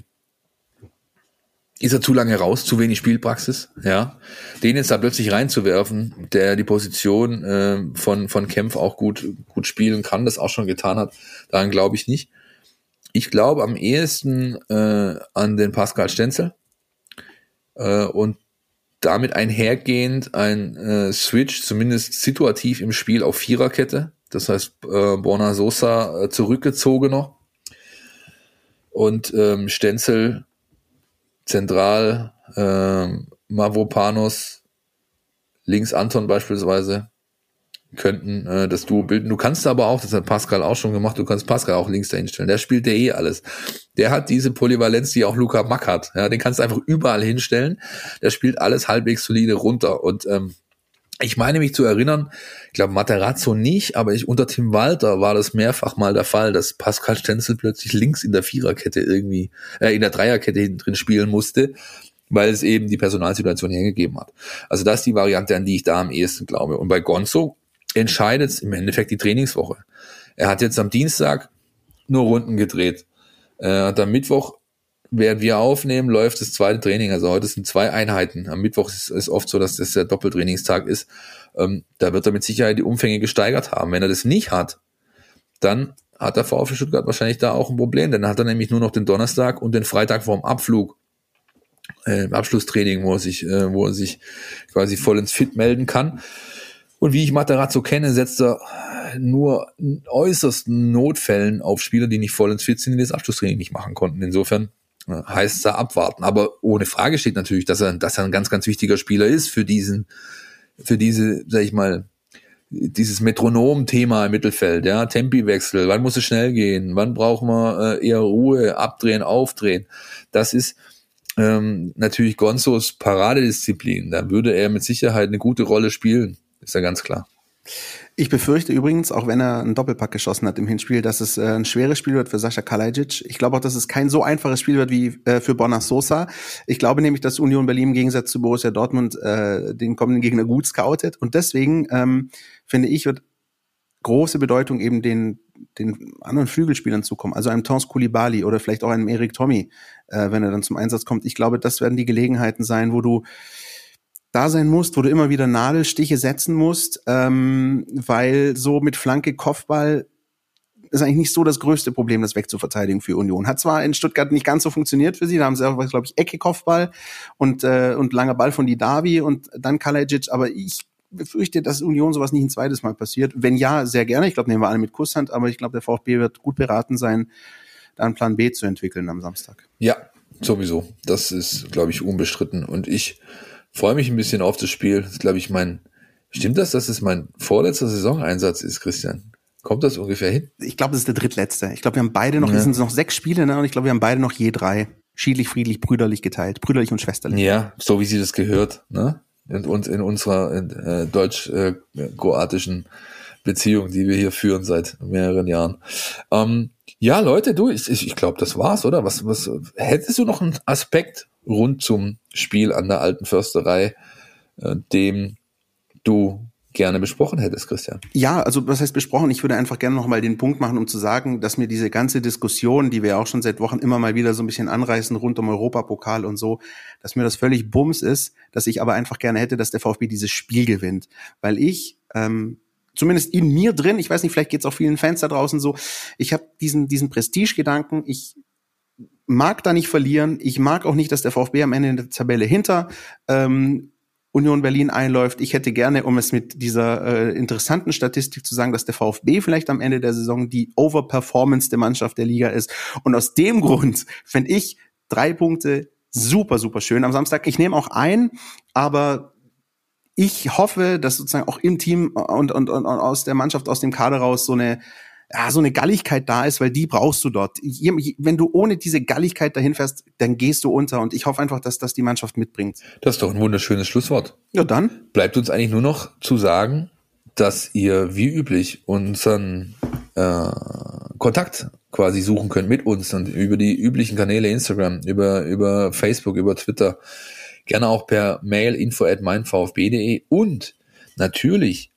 zu lange raus, zu wenig Spielpraxis, ja. Den jetzt da plötzlich reinzuwerfen, der die Position von Kempf auch gut spielen kann, das auch schon getan hat, daran glaube ich nicht. Ich glaube am ehesten an den Pascal Stenzel und damit einhergehend ein Switch, zumindest situativ im Spiel, auf Viererkette. Das heißt, Borna Sosa zurückgezogener und Stenzel zentral, Mavropanos, links Anton beispielsweise, könnten das Duo bilden. Du kannst aber auch, das hat Pascal auch schon gemacht, du kannst Pascal auch links dahin stellen. Der spielt ja alles. Der hat diese Polyvalenz, die auch Luca Mack hat. Ja, den kannst du einfach überall hinstellen. Der spielt alles halbwegs solide runter. Und ich meine mich zu erinnern, ich glaube Matarazzo nicht, aber unter Tim Walter war das mehrfach mal der Fall, dass Pascal Stenzel plötzlich links in der Viererkette in der Dreierkette hinten drin spielen musste, weil es eben die Personalsituation hergegeben hat. Also das ist die Variante, an die ich da am ehesten glaube. Und bei Gonzo entscheidet im Endeffekt die Trainingswoche. Er hat jetzt am Dienstag nur Runden gedreht. Hat am Mittwoch, während wir aufnehmen, läuft das zweite Training. Also heute sind 2 Einheiten. Am Mittwoch ist oft so, dass das der Doppeltrainingstag ist. Da wird er mit Sicherheit die Umfänge gesteigert haben. Wenn er das nicht hat, dann hat der VfB Stuttgart wahrscheinlich da auch ein Problem. Dann hat er nämlich nur noch den Donnerstag und den Freitag vorm Abflug. Abschlusstraining, wo er sich quasi vollends fit melden kann. Und wie ich Matarazzo kenne, setzt er nur in äußersten Notfällen auf Spieler, die nicht vollends fit sind, die das Abschlusstraining nicht machen konnten. Insofern heißt es da abwarten. Aber ohne Frage steht natürlich, dass er ein ganz, ganz wichtiger Spieler ist für diese, sag ich mal, dieses Metronom-Thema im Mittelfeld, ja, Tempiwechsel, wann muss es schnell gehen, wann brauchen wir eher Ruhe, abdrehen, aufdrehen. Das ist natürlich Gonzos Paradedisziplin. Da würde er mit Sicherheit eine gute Rolle spielen. Ist ja ganz klar. Ich befürchte übrigens, auch wenn er einen Doppelpack geschossen hat im Hinspiel, dass es ein schweres Spiel wird für Sascha Kalajdzic. Ich glaube auch, dass es kein so einfaches Spiel wird wie für Borna Sosa. Ich glaube nämlich, dass Union Berlin im Gegensatz zu Borussia Dortmund den kommenden Gegner gut scoutet. Und deswegen, finde ich, wird große Bedeutung eben den anderen Flügelspielern zukommen. Also einem Tons Koulibaly oder vielleicht auch einem Erik Tommy, wenn er dann zum Einsatz kommt. Ich glaube, das werden die Gelegenheiten sein, wo du da sein musst, wo du immer wieder Nadelstiche setzen musst, weil so mit Flanke, Kopfball ist eigentlich nicht so das größte Problem, das wegzuverteidigen für Union. Hat zwar in Stuttgart nicht ganz so funktioniert für sie, da haben sie auch, glaube ich, Ecke, Kopfball und langer Ball von Didavi und dann Kalajdzic, aber ich befürchte, dass Union sowas nicht ein zweites Mal passiert. Wenn ja, sehr gerne. Ich glaube, nehmen wir alle mit Kusshand, aber ich glaube, der VfB wird gut beraten sein, da einen Plan B zu entwickeln am Samstag. Ja, sowieso. Das ist, glaube ich, unbestritten und ich freue mich ein bisschen auf das Spiel. Das ist, glaube ich, stimmt das, dass es mein vorletzter Saisoneinsatz ist, Christian? Kommt das ungefähr hin? Ich glaube, das ist der drittletzte. Ich glaube, wir haben beide noch, es sind noch 6 Spiele, ne? Und ich glaube, wir haben beide noch je 3. Schiedlich, friedlich, brüderlich geteilt. Brüderlich und schwesterlich. Ja, so wie sie das gehört, ne? Und in unserer deutsch-kroatischen Beziehung, die wir hier führen seit mehreren Jahren. Ja, Leute, ich glaube, das war's, oder? Was hättest du noch einen Aspekt rund zum Spiel an der Alten Försterei, dem du gerne besprochen hättest, Christian? Ja, also was heißt besprochen? Ich würde einfach gerne noch mal den Punkt machen, um zu sagen, dass mir diese ganze Diskussion, die wir auch schon seit Wochen immer mal wieder so ein bisschen anreißen rund um Europapokal und so, dass mir das völlig Bums ist, dass ich aber einfach gerne hätte, dass der VfB dieses Spiel gewinnt. Weil ich, zumindest in mir drin, ich weiß nicht, vielleicht geht's auch vielen Fans da draußen so, ich habe diesen Prestige-Gedanken, ich mag da nicht verlieren, ich mag auch nicht, dass der VfB am Ende in der Tabelle hinter Union Berlin einläuft. Ich hätte gerne, um es mit dieser interessanten Statistik zu sagen, dass der VfB vielleicht am Ende der Saison die Overperformance der Mannschaft der Liga ist. Und aus dem Grund fände ich 3 Punkte super, super schön am Samstag. Ich nehme auch ein, aber ich hoffe, dass sozusagen auch im Team und aus der Mannschaft, aus dem Kader raus so eine Galligkeit da ist, weil die brauchst du dort. Wenn du ohne diese Galligkeit dahin fährst, dann gehst du unter und ich hoffe einfach, dass das die Mannschaft mitbringt. Das ist doch ein wunderschönes Schlusswort. Ja, dann bleibt uns eigentlich nur noch zu sagen, dass ihr wie üblich unseren Kontakt quasi suchen könnt mit uns und über die üblichen Kanäle Instagram, über Facebook, über Twitter, gerne auch per Mail info@meinvfb.de und natürlich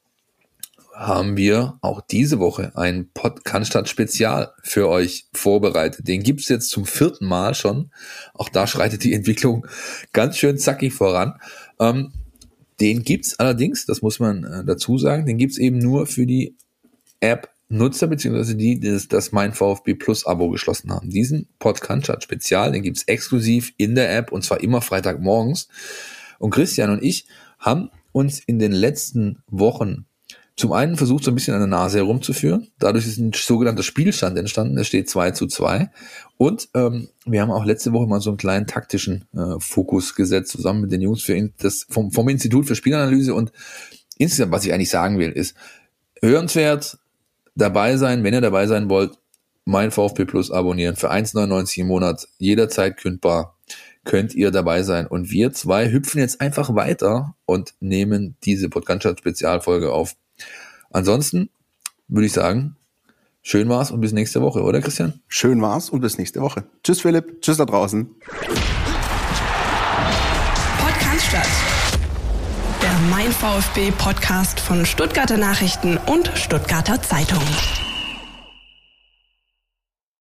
haben wir auch diese Woche ein Podcast-Spezial für euch vorbereitet. Den gibt's jetzt zum 4. Mal schon. Auch da schreitet die Entwicklung ganz schön zackig voran. Den gibt's allerdings, das muss man dazu sagen, den gibt's eben nur für die App-Nutzer, beziehungsweise die das Mein VfB Plus Abo geschlossen haben. Diesen Podcast-Spezial, den gibt's exklusiv in der App und zwar immer Freitagmorgens. Und Christian und ich haben uns in den letzten Wochen zum einen versucht, so ein bisschen an der Nase herumzuführen. Dadurch ist ein sogenannter Spielstand entstanden. Es steht 2:2. Und wir haben auch letzte Woche mal so einen kleinen taktischen Fokus gesetzt, zusammen mit den Jungs vom Institut für Spielanalyse. Und insgesamt, was ich eigentlich sagen will, ist hörenswert dabei sein, wenn ihr dabei sein wollt, Mein VfB Plus abonnieren für 1,99 im Monat, jederzeit kündbar. Könnt ihr dabei sein. Und wir 2 hüpfen jetzt einfach weiter und nehmen diese Podcast-Spezialfolge auf. Ansonsten würde ich sagen, schön war's und bis nächste Woche, oder Christian? Schön war's und bis nächste Woche. Tschüss Philipp, tschüss da draußen. Podcast statt. Der Mein VfB Podcast von Stuttgarter Nachrichten und Stuttgarter Zeitung.